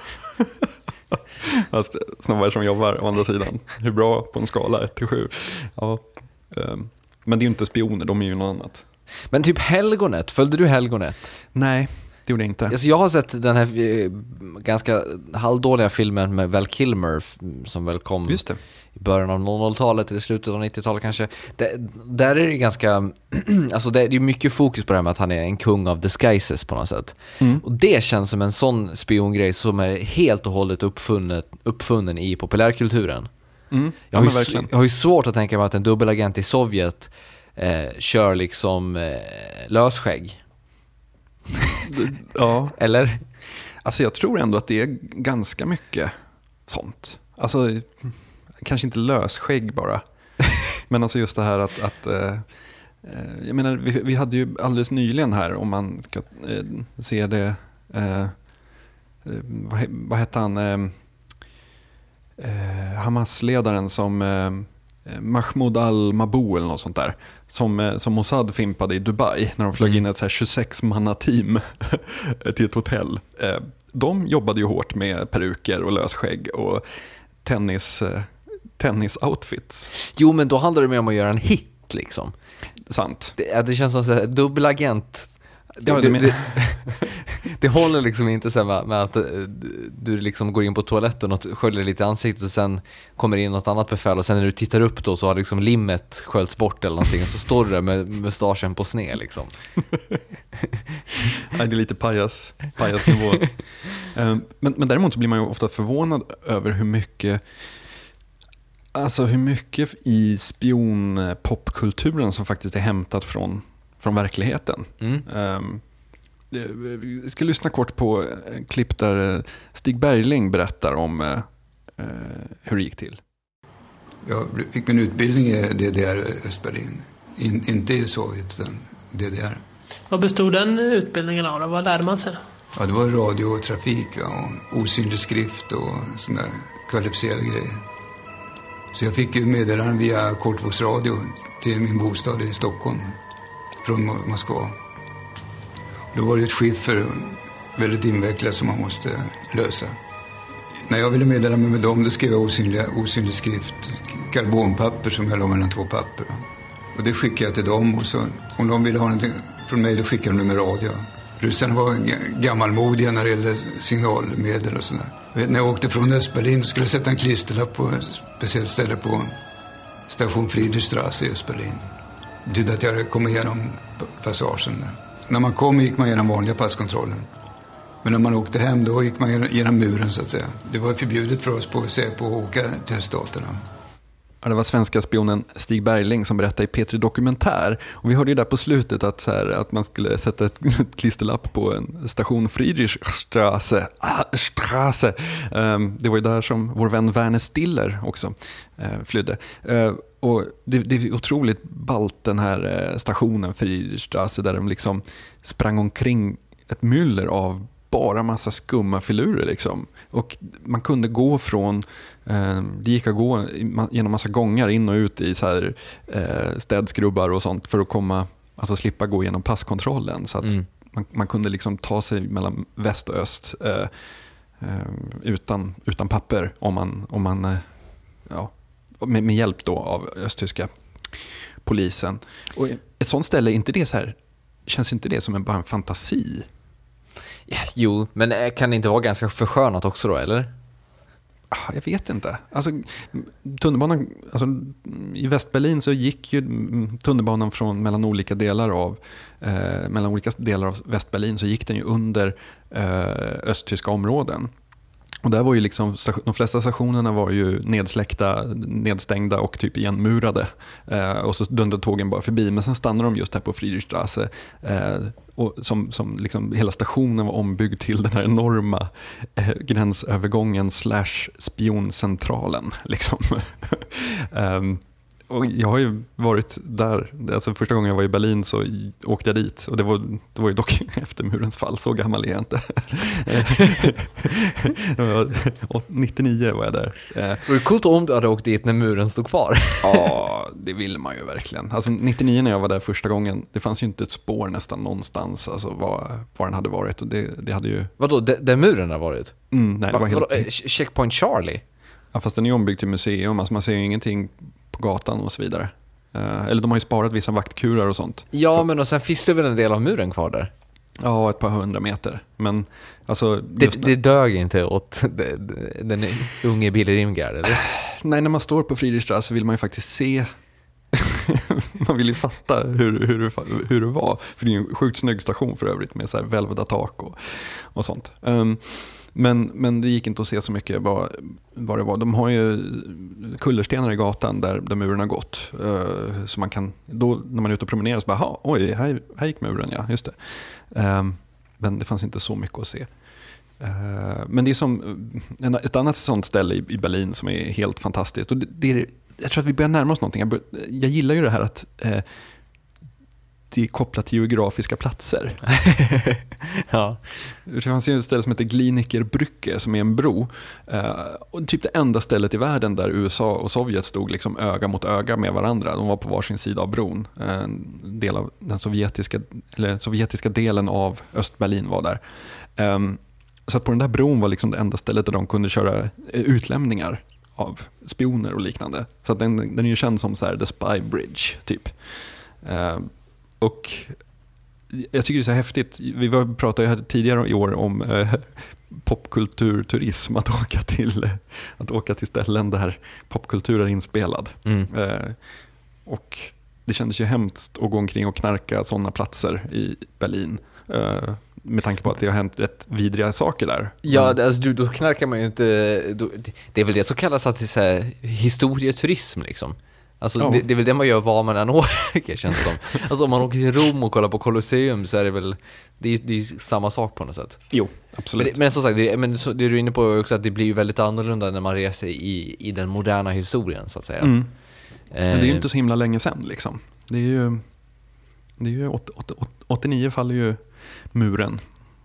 Fast snobbar som jobbar å andra sidan. Hur bra på en skala ett till sju. Ja, um, men det är ju inte spioner, de är ju något annat. Men typ Helgonet, följde du Helgonet? Nej. Det gjorde jag inte. Alltså jag har sett den här eh, ganska halvdåliga filmen med Val Kilmer som väl kom Just det. i början av noll noll-talet eller slutet av nittiotalet kanske. Det, där är det ganska, alltså det är mycket fokus på det här med att han är en kung av disguises på något sätt. Mm. Och det känns som en sån spiongrej som är helt och hållet uppfunnet, uppfunnen i populärkulturen. Mm. Jag, har ja, ju, jag har ju svårt att tänka mig att en dubbelagent i Sovjet eh, kör liksom eh, lösskägg. Ja. Eller? Alltså jag tror ändå att det är ganska mycket sånt. Alltså kanske inte lösskägg bara. Men alltså just det här att, att eh, jag menar, vi, vi hade ju alldeles nyligen här, om man ska eh, se det eh, vad, vad hette han eh, eh, Hamas-ledaren som eh, Mahmoud al-Mabou eller något sånt där, som, som Mossad fimpade i Dubai när de flög in ett så här tjugosex-manna-team till ett hotell. De jobbade ju hårt med peruker och lösskägg och tennis, tennis-outfits. Jo, men då handlar det mer om att göra en hit liksom. Sant. Det, det känns som så här, dubbelagent. Det, ja, det, det, det håller liksom inte så med, med att du liksom går in på toaletten och sköljer lite i ansiktet och sen kommer in något annat befäl och sen när du tittar upp då så har liksom limmet sköljts bort eller någonting och så står du där med mustaschen på sned liksom. Nej, det är lite pajas, pajasnivå. men, men däremot så blir man ju ofta förvånad över hur mycket alltså hur mycket i spionpopkulturen som faktiskt är hämtat från från verkligheten. Mm. Um, vi ska lyssna kort på en klipp där Stig Bergling berättar om uh, hur det gick till. Jag fick min utbildning i D D R Östberlin. In, inte i Sovjet utan D D R. Vad bestod den utbildningen av? Vad lärde man sig? Ja, det var radio och trafik ja, och osynlig skrift och sån där kvalificerade grejer. Så jag fick ju meddelanden via kortvågsradio till min bostad i Stockholm. Från Moskva. Då var det ett skiffer väldigt invecklat som man måste lösa. När jag ville meddela mig med dem, då skrev jag osynliga, osynlig skrift. Karbonpapper som jag la mellan två papper. Och det skickade jag till dem. Och så, om de ville ha någonting från mig, då skickade de det med radio. Ryssarna var gammalmodiga när det gällde signalmedel och sådär. Vet, när jag åkte från Östberlin skulle jag sätta en klisterlapp på ett speciellt ställe på station Friedrichstraße i Östberlin. Det betydde att jag kom igenom passagen där. När man kom gick man genom vanliga passkontrollen. Men när man åkte hem då gick man genom muren så att säga. Det var förbjudet för oss på Säpo att åka till öststaterna. Ja, det var svenska spionen Stig Bergling som berättade i P tre Dokumentär. Och vi hörde ju där på slutet att, så här, att man skulle sätta ett klisterlapp på en station Friedrichstraße. Ah, Straße. Um, det var ju där som vår vän Werner Stiller också uh, flydde. Uh, och det, det är otroligt ballt den här uh, stationen Friedrichstraße där de liksom sprang omkring ett myller av bara massa skumma filurer liksom. Och man kunde gå från, eh, det gick att gå genom massa gångar in och ut i så här, eh, städskrubbar och sånt för att komma, alltså slippa gå igenom passkontrollen. Så att mm. man, man kunde liksom ta sig mellan väst och öst eh, eh, utan, utan papper om man, om man eh, ja, med, med hjälp då av östtyska polisen. Och ett sånt ställe, inte det så här, känns inte det som en, bara en fantasi? Ja, jo, men kan det inte vara ganska förskönat också då, eller? Ah, jag vet inte. Alltså, tunnelbanan, alltså, i Västberlin så gick ju tunnelbanan från mellan olika delar av eh, mellan olika delar av Västberlin så gick den ju under eh, östtyska områden. Och där var ju liksom, de flesta stationerna var ju nedsläckta, nedstängda och typ igenmurade. Eh, och så dundrade tågen bara förbi. Men sen stannade de just här på Friedrichstraße. Eh, och som, som liksom hela stationen var ombyggd till den här enorma eh, gränsövergången slash spioncentralen. Liksom. um, Och jag har ju varit där, alltså första gången jag var i Berlin så åkte jag dit. Och det var, det var ju dock efter murens fall, så gammal är jag inte. nittionio var jag där. Var det coolt om du hade åkt dit när muren stod kvar? Ja, det vill man ju verkligen. Alltså nittionio när jag var där första gången, det fanns ju inte ett spår nästan någonstans, alltså var, var den hade varit. Och det, det hade ju... Vadå, där muren har varit? Mm, nej, det var helt... Vadå, Checkpoint Charlie? Ja, fast den är ombyggd till museum, alltså man ser ju ingenting på gatan och så vidare. Uh, eller de har ju sparat vissa vaktkurar och sånt. Ja, så... men och sen finns det väl en del av muren kvar där? Ja, ett par hundra meter. Men alltså... Det, när... det dög inte åt den unge Billy Rimgard, eller? Nej, när man står på Friedrichstraße vill man ju faktiskt se... man vill ju fatta hur, hur, hur det var. För det är ju en sjukt snygg station för övrigt med så här välvda tak och, och sånt. Um, Men, men det gick inte att se så mycket vad, vad det var. De har ju kullerstenar i gatan där, där muren har gått. Uh, så man kan, då, när man är ute och promenerar så bara, oj, här, här gick muren, ja, just det. Um, men det fanns inte så mycket att se. Uh, men det är som en, ett annat sånt ställe i, i Berlin som är helt fantastiskt. Och det, det är, jag tror att vi börjar närma oss någonting. Jag, bör, jag gillar ju det här att... Uh, det är kopplat till geografiska platser. Ja. Det fanns ju ett ställe som heter Glienickerbrücke som är en bro. Uh, och typ det enda stället i världen där U S A och Sovjet stod liksom öga mot öga med varandra. De var på varsin sida av bron. En del av den sovjetiska, eller sovjetiska delen av Östberlin var där. Um, så att på den där bron var liksom det enda stället där de kunde köra utlämningar av spioner och liknande. Så att den, den är ju känd som så här, The Spy Bridge typ. Uh, Och jag tycker det är så häftigt. Vi var, pratade ju tidigare i år om eh, popkulturturism. Att åka, till, att åka till ställen där popkultur är inspelad. Mm. Eh, och det kändes ju hemskt att gå omkring och knarka sådana platser i Berlin. Eh, med tanke på att det har hänt rätt vidriga saker där. Ja, alltså, du, då knarkar man ju inte... Då, det är väl det som kallas att det är så här, historieturism liksom. Alltså, ja. det, det är väl det man gör var man än åker, känns det som. Alltså om man åker till Rom och kollar på Colosseum så är det väl det är, det är samma sak på något sätt. Jo, absolut. Men, men som sagt, det, men så, det är du inne på också att det blir ju väldigt annorlunda när man reser i, i den moderna historien så att säga. Mm. Eh. Men det är ju inte så himla länge sedan liksom. Det är ju, det är ju åttionio faller ju muren.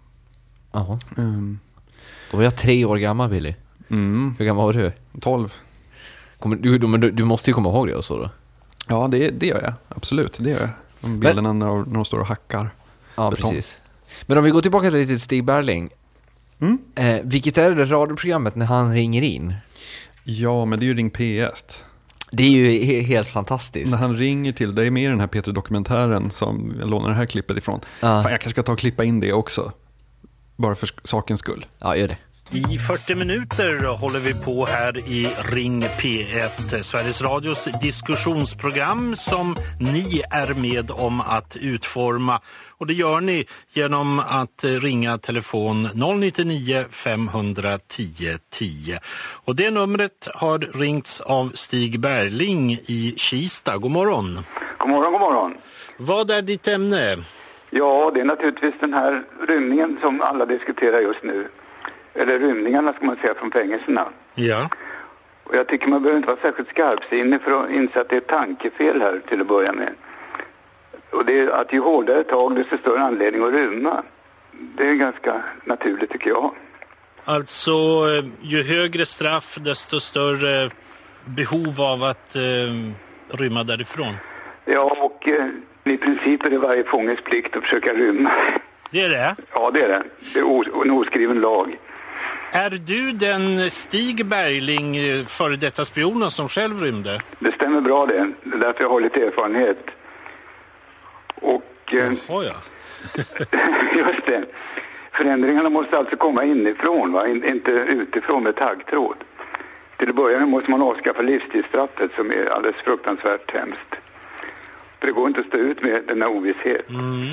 Jaha. Um. Då var jag tre år gammal, Billy. Mm. Hur gammal var du? Tolv. Kommer, du, du, du måste ju komma ihåg det och så då. Ja, det, det gör jag. Absolut, det gör jag. De bilderna när, när de står och hackar. Ja, betong. Precis. Men om vi går tillbaka till lite Stig Bergling. Mm. Eh, vilket är det radioprogrammet när han ringer in? Ja, men det är ju Ring P ett. Det är ju he- helt fantastiskt. När han ringer till, det är med i den här P tre-dokumentären som jag lånar det här klippet ifrån. Ja. Fan, jag kanske ska ta och klippa in det också. Bara för sakens skull. Ja, gör det. I fyrtio minuter håller vi på här i Ring P ett, Sveriges Radios diskussionsprogram som ni är med om att utforma. Och det gör ni genom att ringa telefon noll nio nio fem ett noll tio. Och det numret har ringts av Stig Bergling i Kista. God morgon. God morgon, god morgon. Vad är ditt ämne? Ja, det är naturligtvis den här rymningen som alla diskuterar just nu. Eller rymningarna ska man säga från fängelserna. Ja. Och jag tycker man behöver inte vara särskilt skarpsinnig för att inse att det är ett tankefel här till att börja med. Och det är att ju hårdare tag desto större anledning att rymma. det är ganska naturligt tycker jag. Alltså, ju högre straff, desto större behov av att eh, rymma därifrån. Ja, och eh, i princip är det varje fånges plikt att försöka rymma. Det är det? Ja, det är det. Det är o- en oskriven lag. Är du den Stig Bergling, före detta spionen, som själv rymde? Det stämmer bra det. Det är därför jag har lite erfarenhet. Och... Eh, Jaha, ja. just det. Förändringarna måste alltså komma inifrån, va? In, inte utifrån med taggtråd. Till att börja med måste man avskaffa livstidsstraffet som är alldeles fruktansvärt hemskt. För det går inte att stå ut med denna ovisshet. Mm.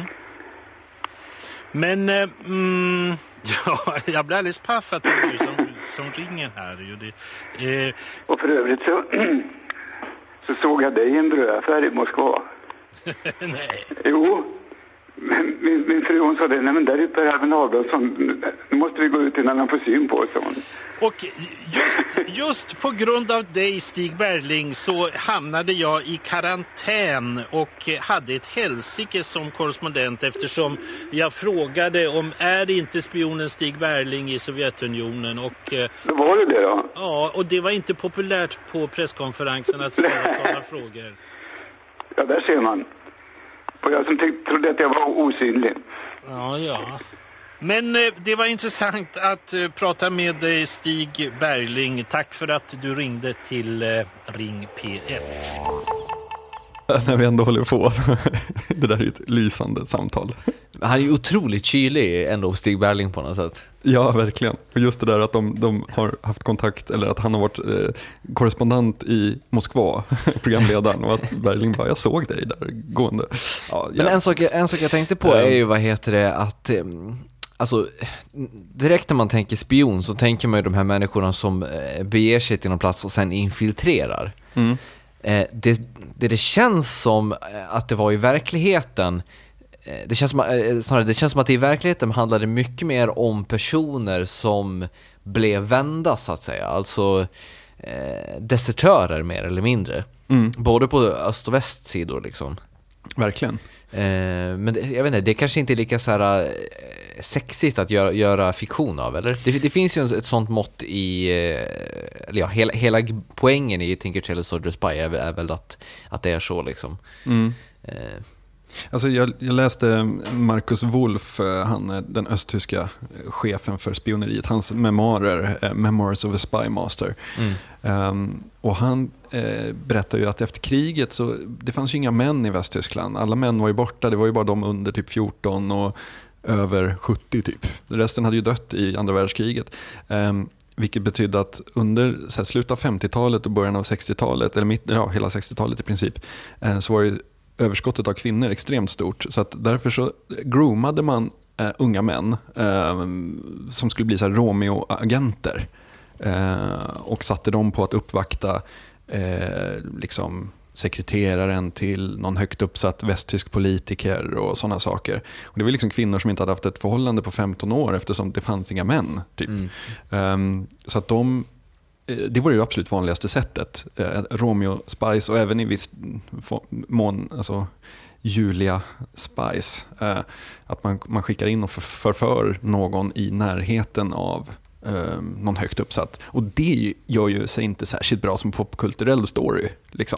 Men, eh, mm, ja, jag blir alldeles paff att det är du som, som ringer här. Ju det, eh. Och för övrigt så, så såg jag dig i en brödaffär i Moskva. Nej. Jo, min, min, min fru hon sa det, nej men där är Per Albin Abrahamsson, nu måste vi gå ut innan han får syn på oss. Hon. Och just, just på grund av dig, Stig Bergling, så hamnade jag i karantän och hade ett helsike som korrespondent eftersom jag frågade om är det inte spionen Stig Bergling i Sovjetunionen och... Då var det det då? Ja, och det var inte populärt på presskonferensen att ställa sådana frågor. Ja, där ser man. Och jag som tyckte, trodde att jag var osynlig. Ja, ja. Men eh, det var intressant att eh, prata med dig, Stig Bergling. Tack för att du ringde till eh, Ring P ett. När vi ändå håller på. Det där är ett lysande samtal. Han är ju otroligt kylig ändå, Stig Bergling, på något sätt. Ja, verkligen. Och just det där att de, de har haft kontakt, eller att han har varit eh, korrespondent i Moskva, programledaren, och att Bergling bara, jag såg dig där gående. Ja, Men en sak, en sak jag tänkte på är ju, vad heter det, att... Eh, Alltså, direkt när man tänker spion så tänker man ju de här människorna som eh, beger sig till någon plats och sen infiltrerar. Mm. Eh, det, det det känns som att det var i verkligheten, eh, det, känns som, eh, snarare, det känns som att det i verkligheten handlade mycket mer om personer som blev vända, så att säga. Alltså eh, desertörer mer eller mindre. Mm. Både på öst- och västsidor liksom. Verkligen. Eh, men det, jag vet inte, det kanske inte är lika så här eh, sexigt att göra, göra fiktion av, eller? Det, det finns ju ett sånt mått i, eh, eller ja, hela, hela poängen i Tinker Tailor Soldier Spy är, är väl att, att det är så liksom. Mm. Eh. Alltså jag, jag läste Markus Wolf, han är den östtyska chefen för spioneriet, hans memoarer, eh, Memoirs of a Spy Master. Mm. Um, och han eh, berättar ju att efter kriget så det fanns ju inga män i Västtyskland. Alla män var ju borta, det var ju bara de under typ fjorton och över sjuttio typ. Resten hade ju dött i andra världskriget. Um, vilket betydde att under så här, slutet av femtiotalet och början av sextiotalet, eller mitt, ja, hela sextiotalet i princip, eh, så var ju överskottet av kvinnor extremt stort. Så att därför så groomade man eh, unga män eh, som skulle bli så här Romeo-agenter. Eh, och satte dem på att uppvakta eh, liksom sekreteraren till någon högt uppsatt västtysk politiker och sådana saker. Och det var liksom kvinnor som inte hade haft ett förhållande på femton år eftersom det fanns inga män. Typ. Mm. Um, så att de, det var ju absolut vanligaste sättet. Uh, Romeo Spice och även i viss mån alltså Julia Spice. Uh, att man, man skickar in och förför någon i närheten av um, någon högt uppsatt. Och det gör ju sig inte särskilt bra som popkulturell story liksom.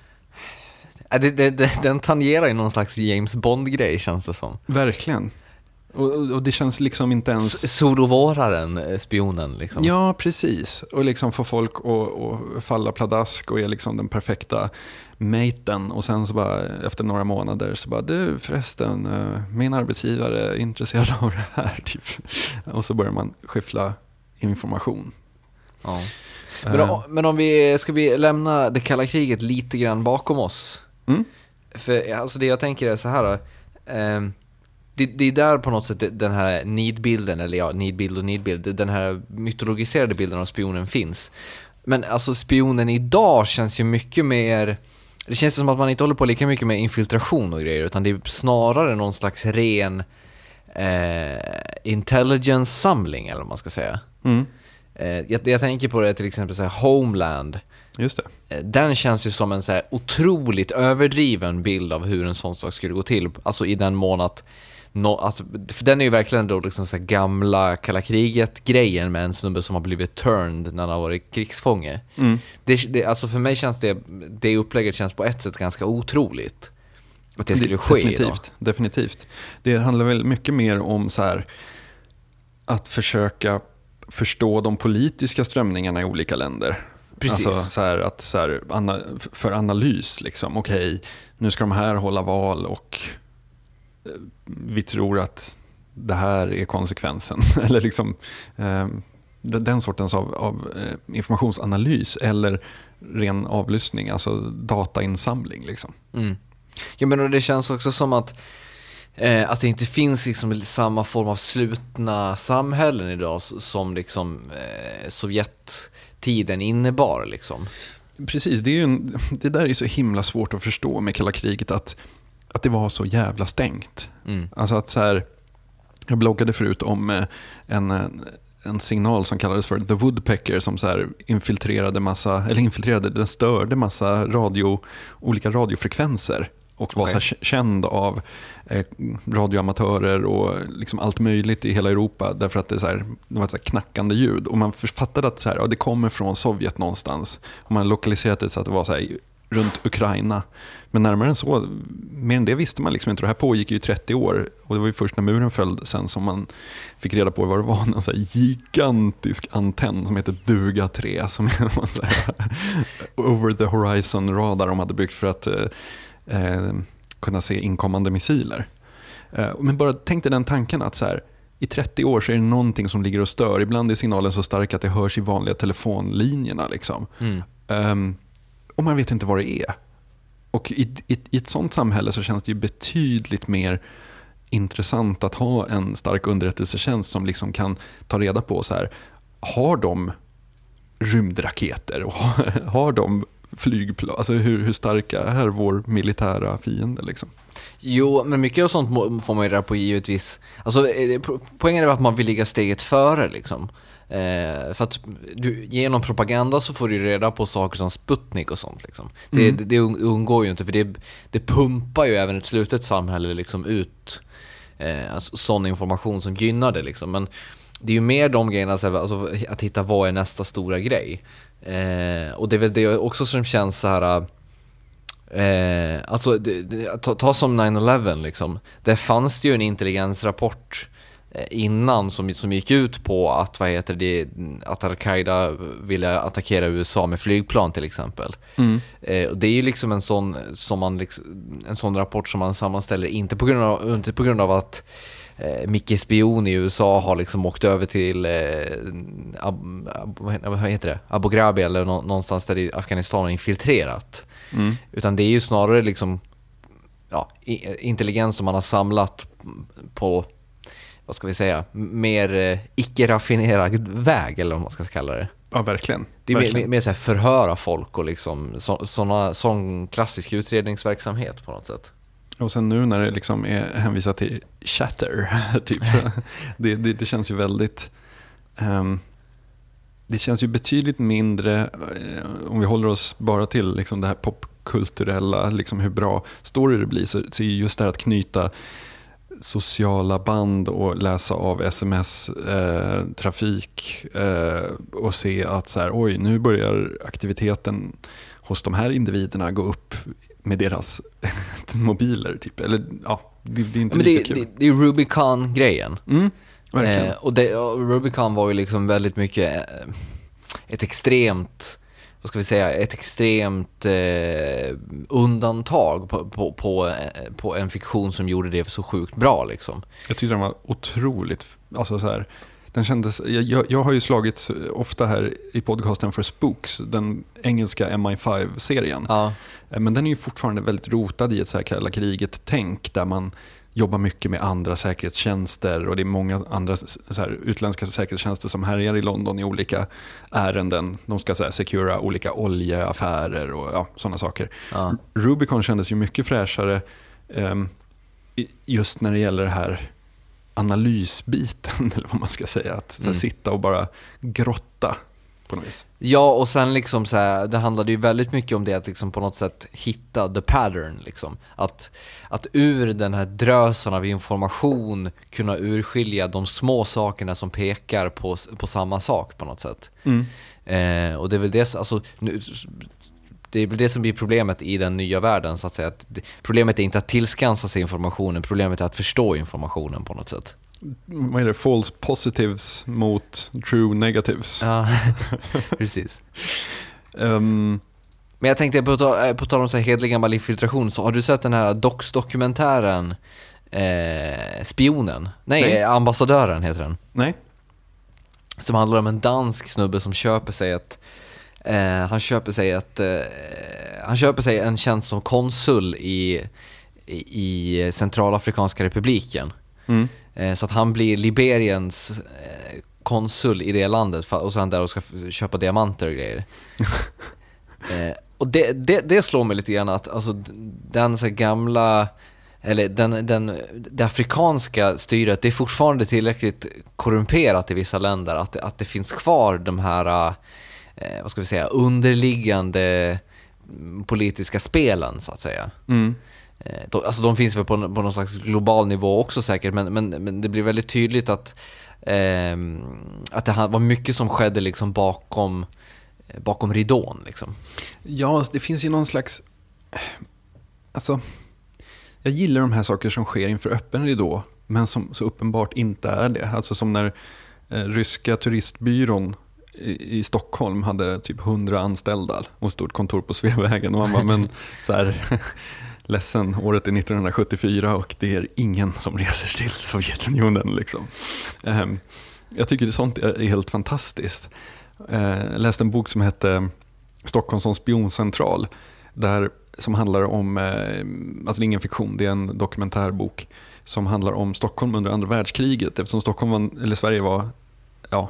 Det, det, det, den tangerar ju någon slags James Bond-grej, känns det som. Verkligen. Och, och det känns liksom inte ens... Solovåraren, spionen liksom. Ja, precis. Och liksom få folk att, att falla pladask och är liksom den perfekta maten. Och sen så bara efter några månader så bara, du förresten, min arbetsgivare är intresserad av det här typ. Och så börjar man skyffla information. Ja. Men, om, men om vi ska vi lämna det kalla kriget lite grann bakom oss. Mm. För alltså det jag tänker är så här. Eh, det, det är där på något sätt den här nidbilden, eller ja, nidbild och nidbild, den här mytologiserade bilden av spionen finns. Men alltså spionen idag känns ju mycket mer, det känns som att man inte håller på lika mycket med infiltration och grejer, utan det är snarare någon slags ren eh, intelligence-samling, eller vad man ska säga. Mm. Jag, jag tänker på det till exempel så här Homeland. Just det. Den känns ju som en så här otroligt överdriven bild av hur en sån sak skulle gå till. Alltså i den mån att no, alltså, för den är ju verkligen då liksom så här gamla kalla kriget-grejen med en snubbe som har blivit turned när han har varit krigsfånge. Mm. Det, det, alltså för mig känns det, det upplägget känns på ett sätt ganska otroligt. Att det skulle ske definitivt, då. definitivt. Det handlar väl mycket mer om så här, att försöka förstå de politiska strömningarna i olika länder. Precis. Alltså så här, att, så här, ana, för analys liksom. Okej, nu ska de här hålla val och vi tror att det här är konsekvensen. Eller liksom eh, den sortens av, av informationsanalys eller ren avlyssning, alltså datainsamling liksom. Mm. Ja, men det känns också som att eh, att det inte finns liksom samma form av slutna samhällen idag som liksom eh, Sovjettiden innebar liksom. Precis, det, är ju en, det där är så himla svårt att förstå med kalla kriget, att, att det var så jävla stängt. Mm. Alltså att så här, jag bloggade förut om en, en signal som kallades för The Woodpecker, som så här infiltrerade massa, eller infiltrerade, den störde massa radio, olika radiofrekvenser och var okay. så här känd av eh, radioamatörer och liksom allt möjligt i hela Europa, därför att det, så här, det var ett så här knackande ljud och man fattade att så här, ja, det kommer från Sovjet någonstans och man lokaliserade det så att det var så här, runt Ukraina. Men närmare än så, mer än det visste man liksom inte. Det här pågick ju trettio år och det var ju först när muren föll sen som man fick reda på vad det var. En så här gigantisk antenn som heter Duga tre, som är en så här over the horizon radar de hade byggt för att eh, kunna se inkommande missiler. Eh, men bara tänkte den tanken att så här, i trettio år så är det någonting som ligger och stör. Ibland är signalen så stark att det hörs i vanliga telefonlinjerna liksom. Mm. Um, och man vet inte vad det är. Och i, i, i ett sånt samhälle så känns det ju betydligt mer intressant att ha en stark underrättelsetjänst som liksom kan ta reda på så här, har de rymdraketer och har, har de flygplan, alltså hur, hur starka är vår militära fiende liksom. Jo, men mycket av sånt får man ju reda på givetvis. Alltså, poängen är att man vill ligga steget före liksom. Eh, för att du, genom propaganda så får du reda på saker som Sputnik och sånt liksom. Det, mm. det, det undgår ju inte, för det, det pumpar ju även ett slutet samhälle liksom ut eh, alltså, sån information som gynnar det liksom. Men det är ju mer de grejerna, alltså, att hitta vad är nästa stora grej. Eh, och det är väl det också som känns så här. Eh, alltså det, det, ta, ta som nine eleven liksom. Där fanns det ju en intelligensrapport eh, innan som, som gick ut på att vad heter det, att Al-Qaida ville attackera U S A med flygplan till exempel. Mm. Eh, och det är ju liksom en sån som man liksom, en sån rapport som man sammanställer inte på grund av, inte på grund av att eh, Micke Spion i U S A har liksom åkt över till eh, Ab, Ab, vad heter det? Abu Ghraib eller nå, någonstans där i Afghanistan och infiltrerat. Mm. Utan det är ju snarare liksom ja, intelligens som man har samlat på, vad ska vi säga, mer eh, icke-raffinerad väg, eller vad man ska kalla det. Ja, verkligen. Det är verkligen. mer, mer så här förhöra folk och liksom så, såna, sån klassisk utredningsverksamhet på något sätt. Och sen nu när det liksom är hänvisat till chatter typ, det, det, det känns ju väldigt um, det känns ju betydligt mindre, om vi håller oss bara till liksom det här popkulturella, liksom hur bra story det blir, så, så är just det här att knyta sociala band och läsa av sms, eh, trafik eh, och se att så här, oj, nu börjar aktiviteten hos de här individerna gå upp med deras mobiler typ. Eller ja, det, det är inte men lika det, kul. Det, det är Rubicon-grejen. Mm. Eh, och, det, och Rubicon var ju liksom väldigt mycket eh, ett extremt, vad ska vi säga, ett extremt eh, undantag på, på, på, eh, på en fiktion som gjorde det så sjukt bra liksom. Jag tyckte den var otroligt, alltså så här, den kändes, jag, jag har ju slagit ofta här i podcasten för Spooks, den engelska M I fem-serien. Ja. Men den är ju fortfarande väldigt rotad i ett så här kalla kriget-tänk där man jobbar mycket med andra säkerhetstjänster och det är många andra så här, utländska säkerhetstjänster som härjar i London i olika ärenden. De ska så här, secura olika oljeaffärer och ja, sådana saker. Ja. Rubicon kändes ju mycket fräschare um, just när det gäller det här analysbiten eller vad man ska säga, att mm. här, sitta och bara grotta på något vis. Ja, och sen liksom så här, det handlade ju väldigt mycket om det att liksom på något sätt hitta the pattern liksom. Att, att ur den här drösen av information kunna urskilja de små sakerna som pekar på, på samma sak på något sätt. Mm. Eh, och det är väl det, alltså, nu, det är väl det som blir problemet i den nya världen så att säga. Att det, problemet är inte att tillskansa sig informationen, problemet är att förstå informationen på något sätt. Vad är det? False positives mot true negatives. Ja, precis. um, Men jag tänkte på, på tal om så här hedlig gammal infiltration, så har du sett den här Docs-dokumentären eh, Spionen? Nej, Nej, ambassadören heter den. Nej. Som handlar om en dansk snubbe som köper sig ett eh, han köper sig ett eh, han köper sig en tjänst som konsul i i, i Centralafrikanska republiken. Mm. Eh, så att han blir Liberiens eh, konsul i det landet för, och så är han där och ska köpa diamanter och grejer. eh, och det, det, det slår mig lite grann att alltså, den så gamla eller den, den, det afrikanska styret, det är fortfarande tillräckligt korrumperat i vissa länder att, att det finns kvar de här eh, vad ska vi säga, underliggande politiska spelen så att säga. Mm. Eh, de, alltså de finns väl på, på någon slags global nivå också säkert, men, men, men det blir väldigt tydligt att eh, att det var mycket som skedde liksom bakom bakom ridån liksom. Ja, det finns ju någon slags alltså jag gillar de här saker som sker inför öppen ridå, men som så uppenbart inte är det. Alltså som när eh, ryska turistbyrån i, i Stockholm hade typ hundra anställda och stort kontor på Sveavägen. Och man bara, men så här, ledsen, året är nittonhundrasjuttiofyra och det är ingen som reser till Sovjetunionen. Liksom. Eh, jag tycker det sånt är, är helt fantastiskt. Eh, jag läste en bok som hette Stockholm som spioncentral, där som handlar om, alltså det är ingen fiktion, det är en dokumentärbok som handlar om Stockholm under andra världskriget, eftersom Stockholm var, eller Sverige var, ja,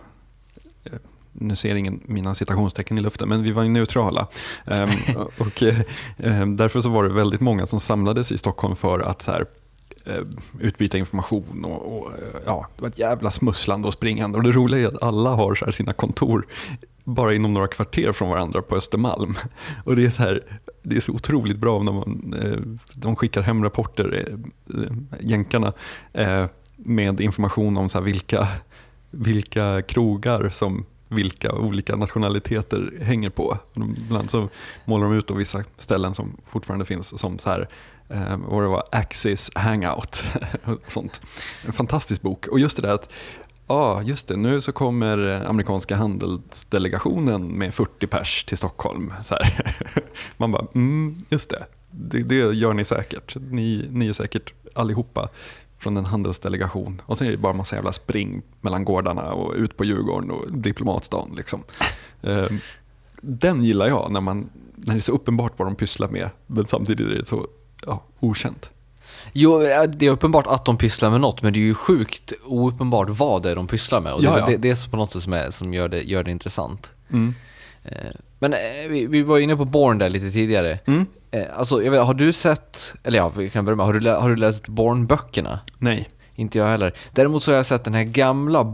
nu ser ingen mina citationstecken i luften, men vi var ju neutrala. um, och um, därför så var det väldigt många som samlades i Stockholm för att så här, uh, utbyta information och, och ja, det var ett jävla smusslande och springande, och det roliga är att alla har så här sina kontor bara inom några kvarter från varandra på Östermalm. Och det är så här, det är så otroligt bra när man, de skickar hem rapporter, jänkarna, med information om så här vilka, vilka krogar som vilka olika nationaliteter hänger på. Ibland så målar de ut då vissa ställen som fortfarande finns som så här, vad det var, Axis Hangout och sånt. En fantastisk bok. Och just det där att ja, ah, just det. Nu så kommer amerikanska handelsdelegationen med fyrtio pers till Stockholm. Så här. Man bara, mm, just det. det. Det gör ni säkert. Ni, ni är säkert allihopa från en handelsdelegation. Och sen är det bara en massa jävla spring mellan gårdarna och ut på Djurgården och Diplomatstan. Liksom. Den gillar jag när, man, när det är så uppenbart vad de pysslar med. Men samtidigt är det så ja, okänt. Jo, det är uppenbart att de pysslar med något, men det är ju sjukt ouppenbart vad det är de pysslar med. Och det, ja, ja. det, det är på något sätt som, är, som gör, det, gör det intressant. Mm. Men vi, vi var inne på Bourne där lite tidigare. Mm. Alltså, jag vet, har du sett, eller ja, vi kan börja med, har du, har du läst Bourne-böckerna? Nej. Inte jag heller. Däremot så har jag sett den här gamla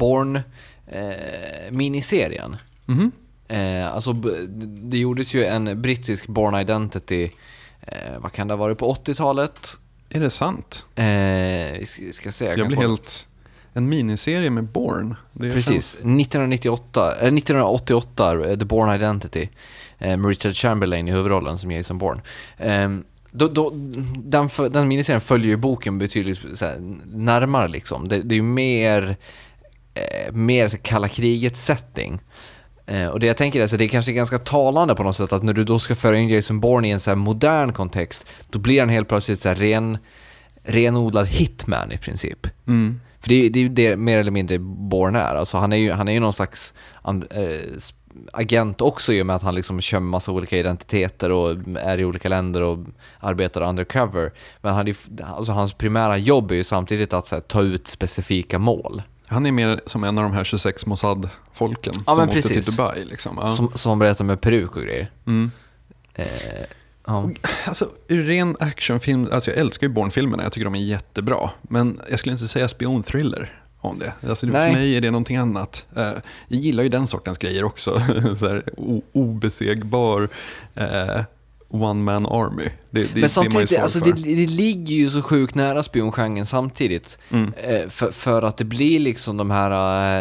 Bourne-miniserien. Eh, mm. eh, alltså, det gjordes ju en brittisk Bourne Identity, eh, vad kan det ha varit, på åttiotalet? Är det sant? Eh, vi ska, ska se. Jag, jag blir helt... En miniserie med Bourne. Det Precis. Känns... nittonhundranittioåtta, eller nittonhundraåttioåtta, The Bourne Identity. Eh, med Richard Chamberlain i huvudrollen som Jason Bourne. Eh, då, då, den, den miniserien följer ju boken betydligt så här, närmare. Liksom. Det, det är ju mer, eh, mer så kalla krigets setting. Eh, och det jag tänker är att det är kanske ganska talande på något sätt att när du då ska föra in Jason Bourne i en så här modern kontext, då blir han helt plötsligt så här ren, renodlad hitman i princip. Mm. För det är ju det, det mer eller mindre Bourne är. Alltså han är ju, han är ju någon slags and, äh, agent också i och med att han liksom kör massa olika identiteter och är i olika länder och arbetar undercover. Men han är, alltså hans primära jobb är ju samtidigt att så här, ta ut specifika mål. Han är mer som en av de här tjugosex Mossad-folken ja, som åkte till Dubai. Liksom. Ja. Som, som berättar med peruk och grejer. Mm. Eh, ja. Alltså, ur ren actionfilm, alltså jag älskar ju Bourne-filmerna, jag tycker de är jättebra. Men jag skulle inte säga spionthriller. om det. Alltså, för mig är det någonting annat. Uh, jag gillar ju den sortens grejer också. Så här, o- obesegbar uh, one-man army. Det, det, men samtidigt, det, alltså, det, det ligger ju så sjukt nära spiongenren samtidigt. Mm. Uh, för, för att det blir liksom de här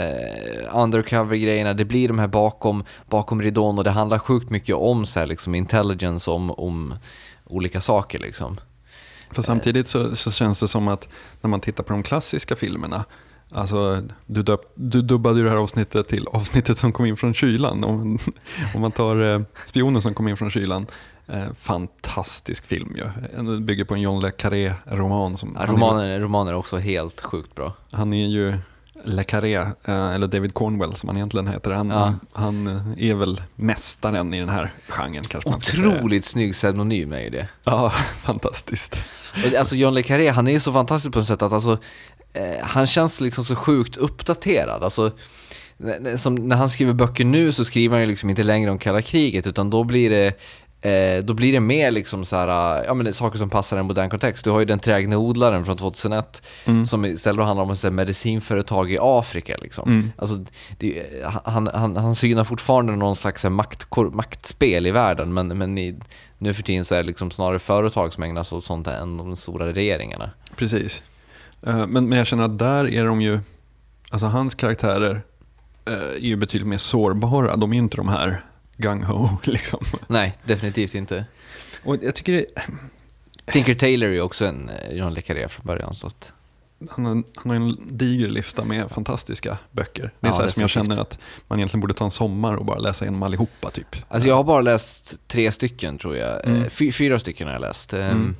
uh, undercover-grejerna, det blir de här bakom, bakom ridån, och det handlar sjukt mycket om så här, liksom, intelligence, om, om olika saker liksom. För samtidigt så, så känns det som att när man tittar på de klassiska filmerna, alltså du, döp, du dubbade ju det här avsnittet till avsnittet som kom in från kylan. Om, om man tar eh, Spionen som kom in från kylan, eh, fantastisk film ju. Den bygger på en John le Carré-roman. Som ja, romanen, är, romanen är också helt sjukt bra. Han är ju Le Carré, eh, eller David Cornwell som han egentligen heter. Han, ja. han är väl mästaren i den här genren. Kanske man ska otroligt säga. Snygg pseudonym är ju det. Ja, fantastiskt. Alltså John le Carré, han är så fantastisk på ett sätt att alltså, eh, han känns liksom så sjukt uppdaterad. Alltså, som när han skriver böcker nu så skriver han ju liksom inte längre om kalla kriget, utan då blir det eh, då blir det mer liksom så här, ja, men saker som passar i en modern kontext. Du har ju Den trägne odlaren från tjugohundraett mm. som istället handlar om ett medicinföretag i Afrika liksom. Mm. Alltså, det, han, han, han synar fortfarande någon slags makt, maktspel i världen, men, men i, nu för tiden så är det liksom snarare företag som ägnar sig åt sånt än de stora regeringarna. Precis. Uh, men, men jag känner att där är de ju, alltså hans karaktärer uh, är ju betydligt mer sårbara. De är ju inte de här gung-ho liksom. Nej, definitivt inte. Och jag tycker det... Tinker Tailor är också en John le Carré från början. Så att... han, har, han har en diger lista med fantastiska böcker. Det är ja, så här som jag känner att man egentligen borde ta en sommar och bara läsa igenom allihopa typ. Alltså jag har bara läst tre stycken tror jag. Mm. Fy, fyra stycken har jag läst. Mm.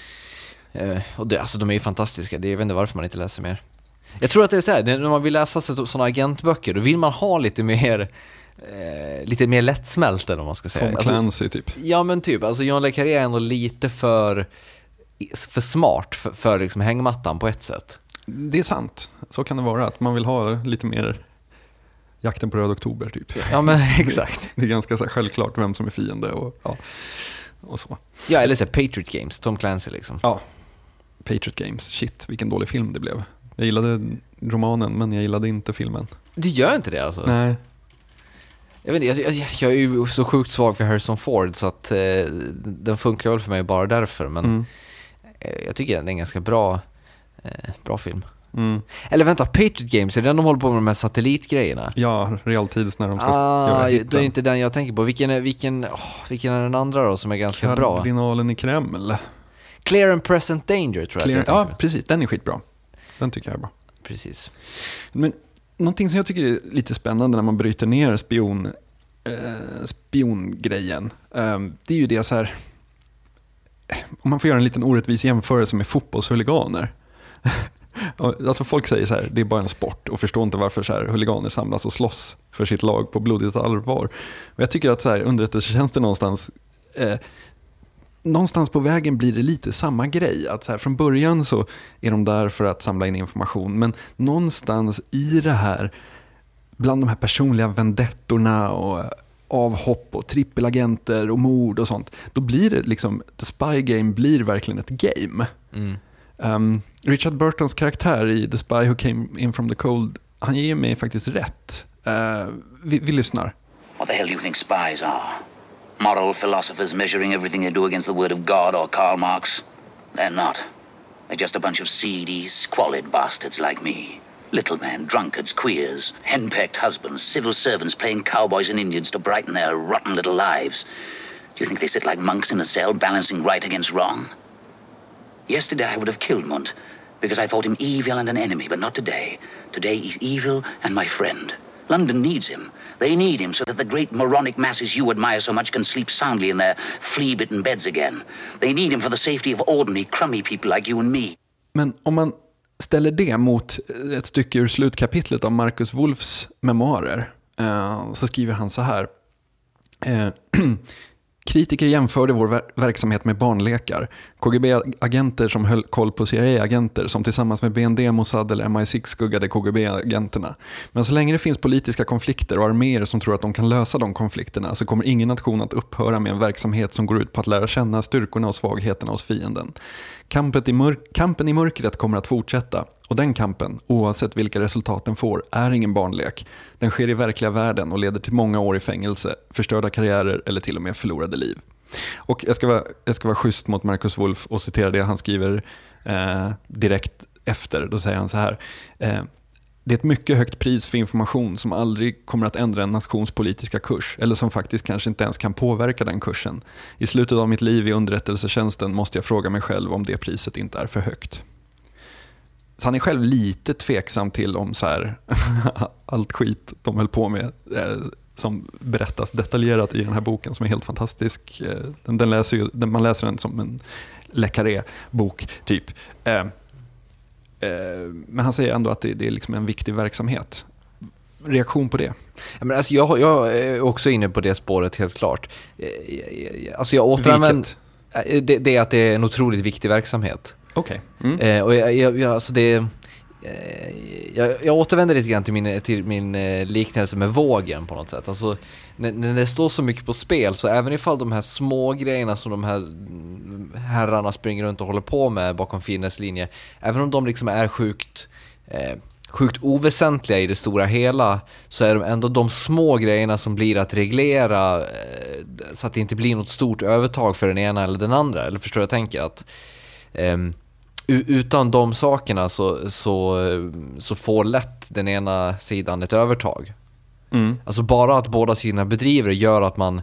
Uh, och det, alltså de är ju fantastiska. Det är, jag vet inte varför man inte läser mer. Jag tror att det är så här, när man vill läsa sådana agentböcker, då vill man ha lite mer eh, lite mer lättsmält än om man ska säga. Tom Clancy alltså, typ. Ja men typ, alltså John le Carré är ändå lite för för smart för, för liksom hängmattan på ett sätt. Det är sant. Så kan det vara, att man vill ha lite mer Jakten på röd oktober typ. Ja men exakt. Det, det är ganska så här, självklart vem som är fiende och, ja, och så. Ja, eller så här, Patriot Games, Tom Clancy liksom. Ja, Patriot Games, shit vilken dålig film det blev. Jag gillade romanen men jag gillade inte filmen. Du gör inte det alltså? Nej. Jag vet inte, jag, jag, jag är ju så sjukt svag för Harrison Ford så att eh, den funkar väl för mig bara därför, men mm. eh, jag tycker det är en ganska bra eh, bra film. Mm. Eller vänta, Patriot Games, är det den de håller på med de här satellitgrejerna? Ja, realtids när de ska ah, göra hitten. Det är inte den jag tänker på. Vilken är, vilken, oh, vilken är den andra då som är ganska Kardinalen bra? Kardinalen i Kreml. Clear and Present Danger tror Clear, jag. jag ja, med. Precis. Den är skitbra. Den tycker jag är bra. Precis. Men någonting som jag tycker är lite spännande när man bryter ner spion, eh, spiongrejen, eh, det är ju det så här, om man får göra en liten orättvis jämförelse med fotbollshuliganer. Alltså folk säger så här, det är bara en sport och förstår inte varför så här huliganer samlas och slåss för sitt lag på blodigt allvar. Och jag tycker att så här, underrättelsetjänsten någonstans eh, någonstans på vägen blir det lite samma grej. Att så här, från början så är de där för att samla in information, men någonstans i det här, bland de här personliga vendettorna och avhopp och trippelagenter och mord och sånt, då blir det liksom, The Spy Game blir verkligen ett game. Mm. Um, Richard Burtons karaktär i The Spy Who Came In From The Cold, han ger mig faktiskt rätt. Uh, vi, vi lyssnar. What the hell do you think spies are? Moral philosophers measuring everything they do against the word of God or Karl Marx? They're not. They're just a bunch of seedy, squalid bastards like me. Little men, drunkards, queers, henpecked husbands, civil servants playing cowboys and Indians to brighten their rotten little lives. Do you think they sit like monks in a cell balancing right against wrong? Yesterday I would have killed Munt because I thought him evil and an enemy, but not today. Today he's evil and my friend. London needs him. They need him so that the great moronic masses you admire so much can sleep soundly in their flea-bitten beds again. They need him for the safety of ordinary, crummy people like you and me. Men om man ställer det mot ett stycke ur slutkapitlet av Marcus Wolfs memoarer, eh, så skriver han så här. Eh, Kritiker jämförde vår verksamhet med barnlekar. K G B-agenter som höll koll på C I A-agenter som tillsammans med B N D, Mossad eller M I sex skuggade K G B-agenterna. Men så länge det finns politiska konflikter och arméer som tror att de kan lösa de konflikterna, så kommer ingen nation att upphöra med en verksamhet som går ut på att lära känna styrkorna och svagheterna hos fienden. Kampen i, mörk- kampen i mörkret kommer att fortsätta, Och den kampen, oavsett vilka resultat den får, är ingen barnlek. Den sker i verkliga världen och leder till många år i fängelse, förstörda karriärer eller till och med förlorade liv. Och jag ska vara, jag ska vara schysst mot Marcus Wolf och citera det han skriver eh, direkt efter. Då säger han så här: eh, det är ett mycket högt pris för information som aldrig kommer att ändra en nations politiska kurs, eller som faktiskt kanske inte ens kan påverka den kursen. I slutet av mitt liv i underrättelsetjänsten måste jag fråga mig själv om det priset inte är för högt. Så han är själv lite tveksam till om så här allt skit de höll på med eh, som berättas detaljerat i den här boken som är helt fantastisk. Eh, den, den läser ju, den, man läser den som en Le Carré-bok typ. Eh, Men han säger ändå att det, det är liksom en viktig verksamhet. Reaktion på det? Ja, men alltså jag, jag är också inne på det spåret helt klart. Alltså jag återanvänder det, det är att det är en otroligt viktig verksamhet. Okej. Okay. Mm. Eh, och jag, jag, jag, alltså det, eh, jag, jag återvänder lite grann till min, till min eh, liknelse med vågen på något sätt. Alltså när, när det står så mycket på spel, så även ifall de här små grejerna som de här herrarna springer runt och håller på med bakom fiendens linje, även om de liksom är sjukt eh, sjukt oväsentliga i det stora hela, så är de ändå de små grejerna som blir att reglera eh, så att det inte blir något stort övertag för den ena eller den andra. Eller förstår jag tänker att eh, utan de sakerna så, så, så får lätt den ena sidan ett övertag. Mm. Alltså bara att båda sidorna bedriver gör att man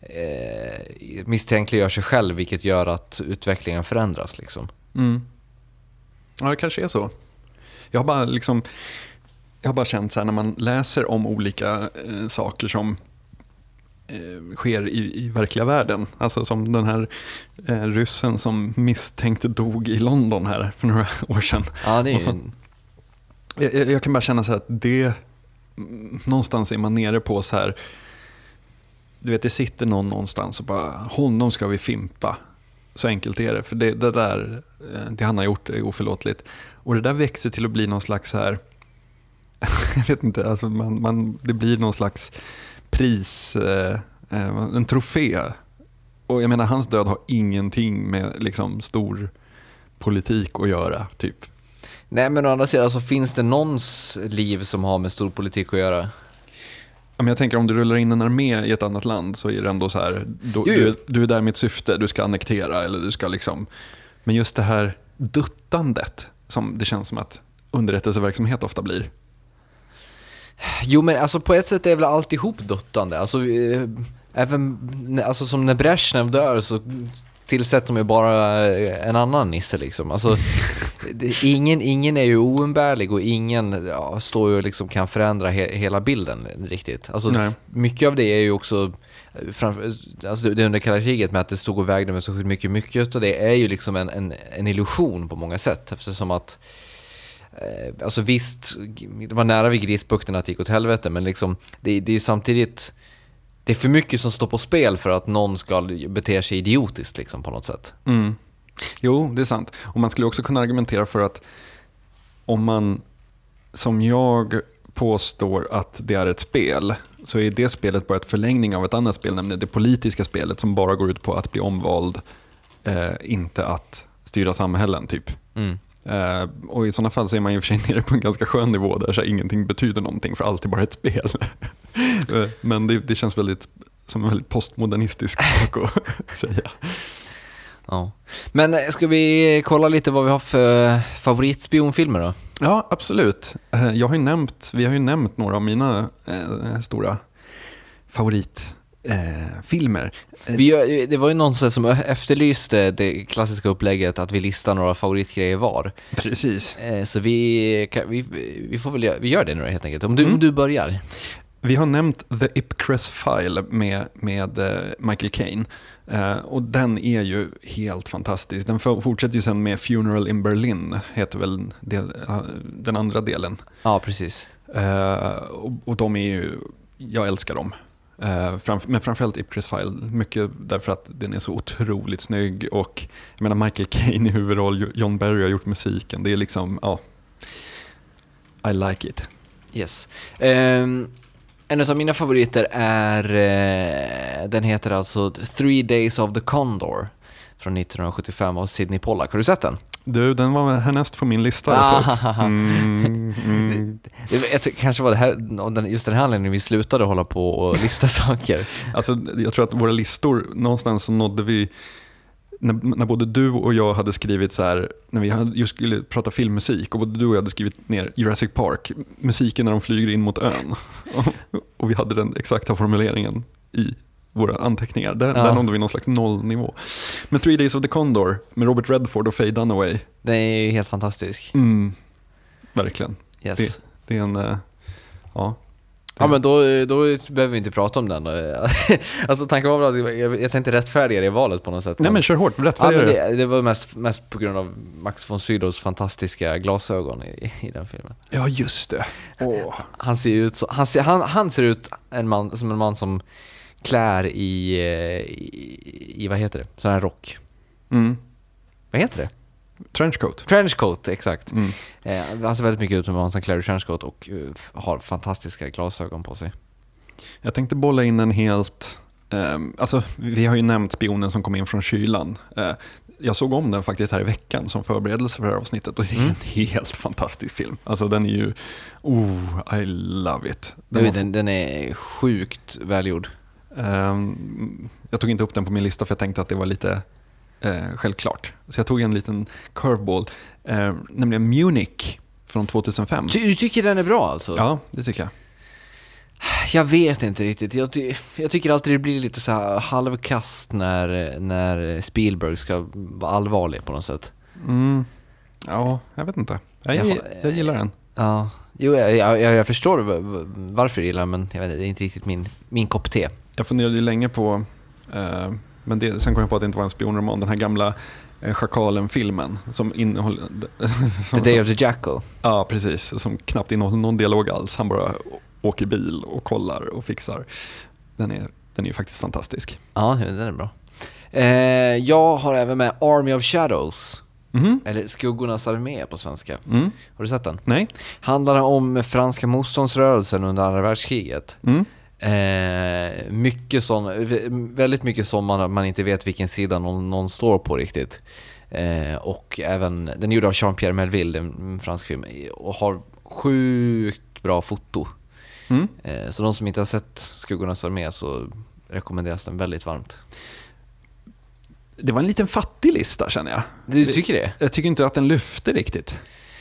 eh, misstänkliggör sig själv, vilket gör att utvecklingen förändras liksom. Mm. Ja, det kanske är så. Jag har bara liksom jag har bara känt så här, när man läser om olika eh, saker som eh, sker i, i verkliga världen, alltså som den här eh, ryssen som misstänkte dog i London här för några år sedan. Ja, det är och så, jag, jag kan bara känna så här att det någonstans är man nere på så här, du vet, det sitter någon någonstans och bara, honom ska vi fimpa. Så enkelt är det, för det, det där det han har gjort är oförlåtligt. Och det där växer till att bli någon slags så här jag vet inte, alltså man, man, det blir någon slags pris, eh, en trofé. Och jag menar, hans död har ingenting med liksom stor politik att göra, typ. Nej, men å andra sidan, alltså, finns det någons liv som har med stor politik att göra? Men jag tänker, om du rullar in en armé i ett annat land så är det ändå så här, du, du, du är där med ett syfte, du ska annektera eller du ska liksom, men just det här duttandet som det känns som att underrättelseverksamhet ofta blir. Jo, men alltså på ett sätt är väl alltihop duttande. Alltså eh, även alltså, som när Brezhnev dör så tillsätter de ju bara en annan nisse liksom. Alltså det, ingen, ingen är ju oumbärlig och ingen ja, står ju liksom kan förändra he, hela bilden riktigt. Alltså Nej. Mycket av det är ju också framför, alltså det under kalla kriget med att det stod och vägde med så mycket mycket och det är ju liksom en, en, en illusion på många sätt, eftersom att eh, alltså visst det var nära vid Grisbukten att det gick åt helvete, men liksom det, det är samtidigt det är för mycket som står på spel för att någon ska bete sig idiotiskt liksom, på något sätt. Mm. Jo, det är sant. Och man skulle också kunna argumentera för att om man, som jag påstår att det är ett spel, så är det spelet bara ett förlängning av ett annat spel, nämligen det politiska spelet som bara går ut på att bli omvald, eh, inte att styra samhällen typ. Mm. Uh, och i sådana fall så är man ju för sig nere på en ganska skön nivå där så ingenting betyder någonting, för allt är bara ett spel. uh, men det, det känns väldigt som en väldigt postmodernistisk sak att säga. Ja. Men ska vi kolla lite vad vi har för favoritspionfilmer då? Ja, absolut. Uh, jag har ju nämnt, vi har ju nämnt några av mina uh, stora favorit Eh, filmer. Vi, det var ju någon som efterlyste det klassiska upplägget att vi listar några favoritgrejer var. Precis. Eh, så vi, vi, vi får väl vi gör det nu helt enkelt. Om du, mm. om du börjar. Vi har nämnt The Ipcress File med, med uh, Michael Caine. Uh, och den är ju helt fantastisk. Den fortsätter ju sen med Funeral in Berlin, heter väl del, uh, den andra delen. Ja, precis. Uh, och, och de är ju, jag älskar dem. Uh, framf- men framförallt Ipcress File, mycket därför att den är så otroligt snygg, och jag menar Michael Caine i huvudroll, John Barry har gjort musiken, det är liksom, ja, uh, I like it. Yes. Um, en av mina favoriter är uh, den heter alltså Three Days of the Condor från nittonhundrasjuttiofem av Sidney Pollack. Har du sett den? Du, den var härnäst på min lista. Ah, mm, mm. det, det, jag tror, kanske var det här, just den här anledningen vi slutade hålla på och lista saker. Alltså, jag tror att våra listor, någonstans så nådde vi, när, när både du och jag hade skrivit så här, när vi hade, just skulle prata filmmusik, och både du och jag hade skrivit ner Jurassic Park, musiken när de flyger in mot ön. Och, och vi hade den exakta formuleringen i våra anteckningar. Där, ja. där nådde vi någon slags nollnivå. Men Three Days of the Condor med Robert Redford och Faye Dunaway. Den är ju helt fantastisk. Mm, verkligen. Yes. Det, det är en... Uh, ja. Ja, men då, då behöver vi inte prata om den. Alltså tanken var bra, jag, jag tänkte rättfärdiga det i valet på något sätt. Nej, men kör hårt, rättfärdiga ja, det. Det var mest, mest på grund av Max von Sydows fantastiska glasögon i, i den filmen. Ja, just det. Oh. Han ser ut så, han ser, han, han ser ut en man, som en man som klär i, i, i vad heter det? Sån här rock. Mm. Vad heter det? Trenchcoat. Trenchcoat, exakt. Mm. Eh, han ser väldigt mycket ut som en klär i trenchcoat och uh, har fantastiska glasögon på sig. Jag tänkte bolla in en helt... Eh, alltså, vi har ju nämnt Spionen som kom in från kylan. Eh, jag såg om den faktiskt här i veckan som förberedelse för det här avsnittet, och det är mm. en helt fantastisk film. Alltså den är ju... Oh, I love it. Den, den, den är sjukt välgjord. Eh, jag tog inte upp den på min lista för jag tänkte att det var lite... Eh, självklart. Så jag tog en liten curveball, eh, nämligen Munich från tjugohundrafem. Du tycker den är bra alltså? Ja, det tycker jag. Jag vet inte riktigt. Jag, ty- jag tycker alltid det blir lite så här halvkast när, när Spielberg ska vara allvarlig på något sätt. Mm. Ja, jag vet inte. Jag, jag, jag gillar den. Ja, jo, jag, jag, jag förstår varför jag gillar den, men jag vet, det är inte riktigt min, min kopp te. Jag funderade ju länge på... Eh, Men det, sen kom jag på att det inte var en spionroman. Den här gamla eh, Schakalen-filmen som innehåller... The Day of the Jackal. Ja, precis. Som knappt innehåller någon dialog alls. Han bara åker bil och kollar och fixar. Den är, den är ju faktiskt fantastisk. Ja, den är bra. Eh, jag har även med Army of Shadows. Mm. Eller Skuggornas armé på svenska. Mm. Har du sett den? Nej. Handlar om franska motståndsrörelsen under andra världskriget. Mm. Eh, mycket sån, väldigt mycket som man, man inte vet vilken sida någon, någon står på riktigt. Eh, och även, den är gjord av Jean-Pierre Melville, en fransk film, och har sjukt bra foto. Mm. Eh, så de som inte har sett Skuggornas armé så rekommenderas den väldigt varmt. Det var en liten fattig lista, känner jag. Du tycker det? Jag tycker inte att den lyfte riktigt.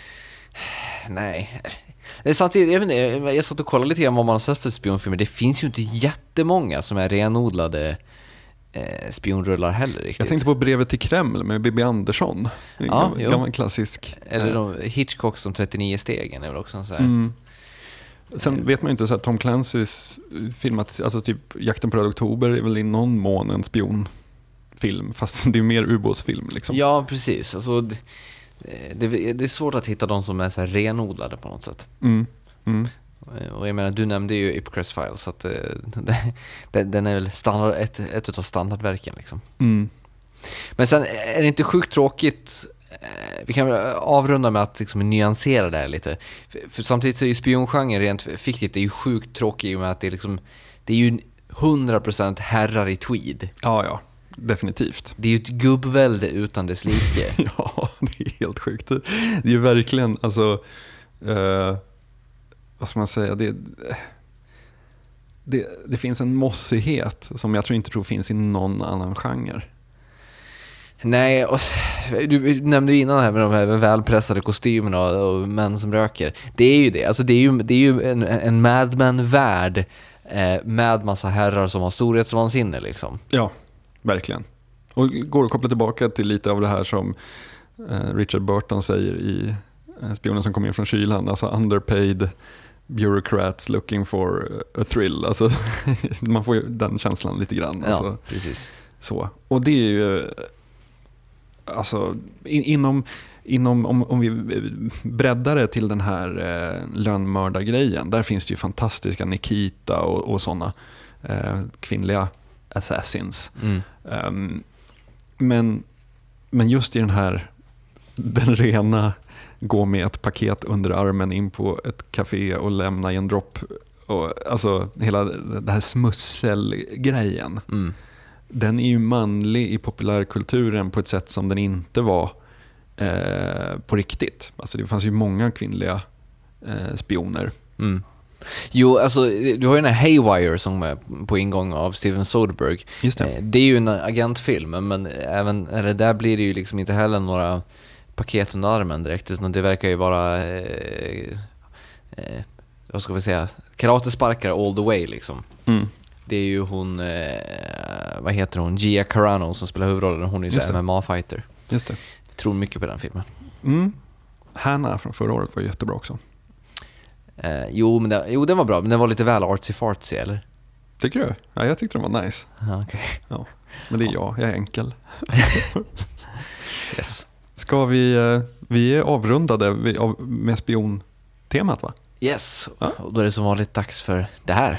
Nej. Samtidigt, jag, vet inte, jag satt och kollade lite grann vad man har sett för spionfilmer. Det finns ju inte jättemånga som är renodlade eh, spionrullar heller riktigt. Jag tänkte på Brevet till Kreml med Bibi Andersson. Ja, gammal, gammal klassisk. Eller de, Hitchcocks de trettionio stegen är väl också så här. Mm. Sen vet man inte så här, Tom Clancy's filmat, alltså typ Jakten på Röd Oktober är väl i någon mån en spionfilm, fast det är mer ubåtsfilm liksom. Ja, precis. Alltså det, det, det är svårt att hitta de som är så här renodlade på något sätt. Mm. Mm. Och jag menar, du nämnde ju Ipcrest Files, så att det, det, den är väl standard, ett, ett av standardverken liksom. Mm. Men sen är det inte sjukt tråkigt. Vi kan avrunda med att liksom nyansera det här lite. För, för samtidigt så är ju spiongenren rent fiktivt, det är ju sjukt tråkigt i och med att det är liksom, det är ju hundra procent herrar i tweed. Ja, ja. Definitivt. Det är ju ett gubbvälde utan dess like. Ja, det är helt sjukt. Det är ju verkligen, alltså, eh, vad ska man säga, det, det, det finns en mossighet som jag tror inte tror finns i någon annan genre. Nej, och, du nämnde ju innan här med de här välpressade kostymerna och, och män som röker. Det är ju det, alltså det är ju, det är ju en, en Mad Men-värld eh, med massa herrar som har storhetsvansinne liksom. Ja, verkligen. Och går att koppla tillbaka till lite av det här som eh, Richard Burton säger i eh, Spionen som kommer in från kylan, alltså underpaid bureaucrats looking for a thrill. Alltså, man får ju den känslan lite grann. Alltså, ja, precis. Så. Och det är ju alltså in, inom, inom om, om vi breddar det till den här eh, lönnmördargrejen, där finns det ju fantastiska Nikita och, och sådana eh, kvinnliga assassins. Mm. Um, men, men just i den här den rena gå med ett paket under armen in på ett café och lämna i en dropp, och alltså hela det här smusselgrejen. Mm. den är ju manlig i populärkulturen på ett sätt som den inte var eh, på riktigt. Alltså det fanns ju många kvinnliga eh, spioner. Mm. Jo, alltså du har ju den här Haywire som är på ingång av Steven Soderbergh. Just det. Det är ju en agentfilm, men även eller där blir det ju liksom inte heller några paket under armen direkt, utan det verkar ju vara eh, eh, vad ska vi säga, karatesparkar all the way liksom. Mm. Det är ju hon eh, vad heter hon? Gia Carano som spelar huvudrollen. Hon är ju så M M A-fighter. Just det. Jag tror mycket på den filmen. Mm. Hannah från förra året var jättebra också. Eh, jo, men det, jo, den var bra, men den var lite väl artsy-fartsy, eller? Tycker du? Ja, jag tyckte den var nice. Ah, okay. Ja, men det är jag, jag är enkel. Yes. Ska vi, vi är avrundade med spiontemat, va? Yes, ja. Och då är det som vanligt dags för det här.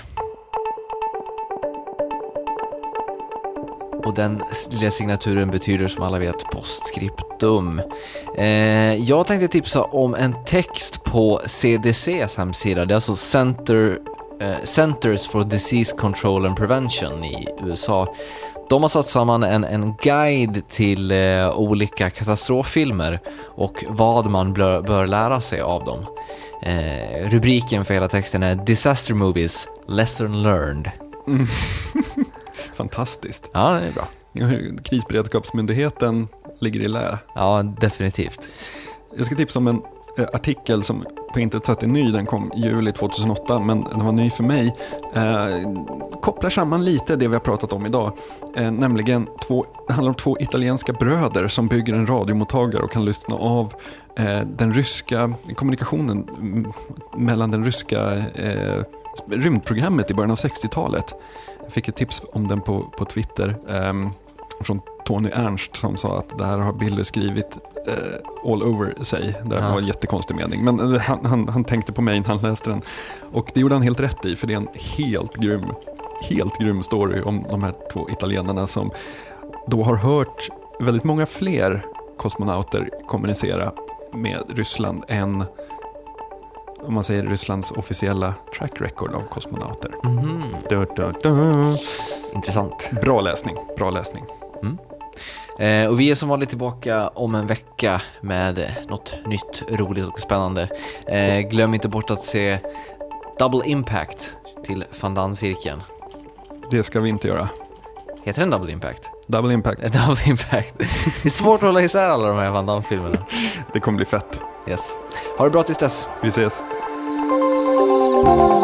Och den lilla signaturen betyder som alla vet postscriptum. Eh, jag tänkte tipsa om en text på C D C:s hemsida. Det är alltså Center, eh, Centers for Disease Control and Prevention i U S A. De har satt samman en, en guide till eh, olika katastroffilmer och vad man bör, bör lära sig av dem. Eh, rubriken för hela texten är Disaster Movies, Lesson Learned. Mm. Fantastiskt. Ja, det är bra. Krisberedskapsmyndigheten ligger i lä. Ja, definitivt. Jag ska tipsa om en eh, artikel som på intet sätt är ny. Den kom i juli tjugohundraåtta, men den var ny för mig. Eh, kopplar samman lite det vi har pratat om idag. Eh, nämligen, två, det handlar om två italienska bröder som bygger en radiomottagare och kan lyssna av eh, den ryska kommunikationen m- mellan den ryska eh, rymdprogrammet i början av sextiotalet. Jag fick ett tips om den på, på Twitter eh, från Tony Ernst som sa att det här har Billy skrivit eh, all over sig. Det ja. var en jättekonstig mening. Men han, han, han tänkte på mig när han läste den. Och det gjorde han helt rätt i, för det är en helt grym, helt grym story om de här två italienarna som då har hört väldigt många fler kosmonauter kommunicera med Ryssland än, om man säger, Rysslands officiella track record av kosmonauter. Mm. Du, du, du. Intressant. Bra läsning, bra läsning. Mm. Eh, och vi är som vanligt tillbaka om en vecka med något nytt, roligt och spännande. Eh, glöm inte bort att se Double Impact till Van Damme-cirkeln. Det ska vi inte göra. Heter den Double Impact? Double Impact. Double Impact. Det är svårt att hålla isär alla de här Van Damme-filmerna. Det kommer bli fett. Yes. Ha det bra tills dess. Vi ses.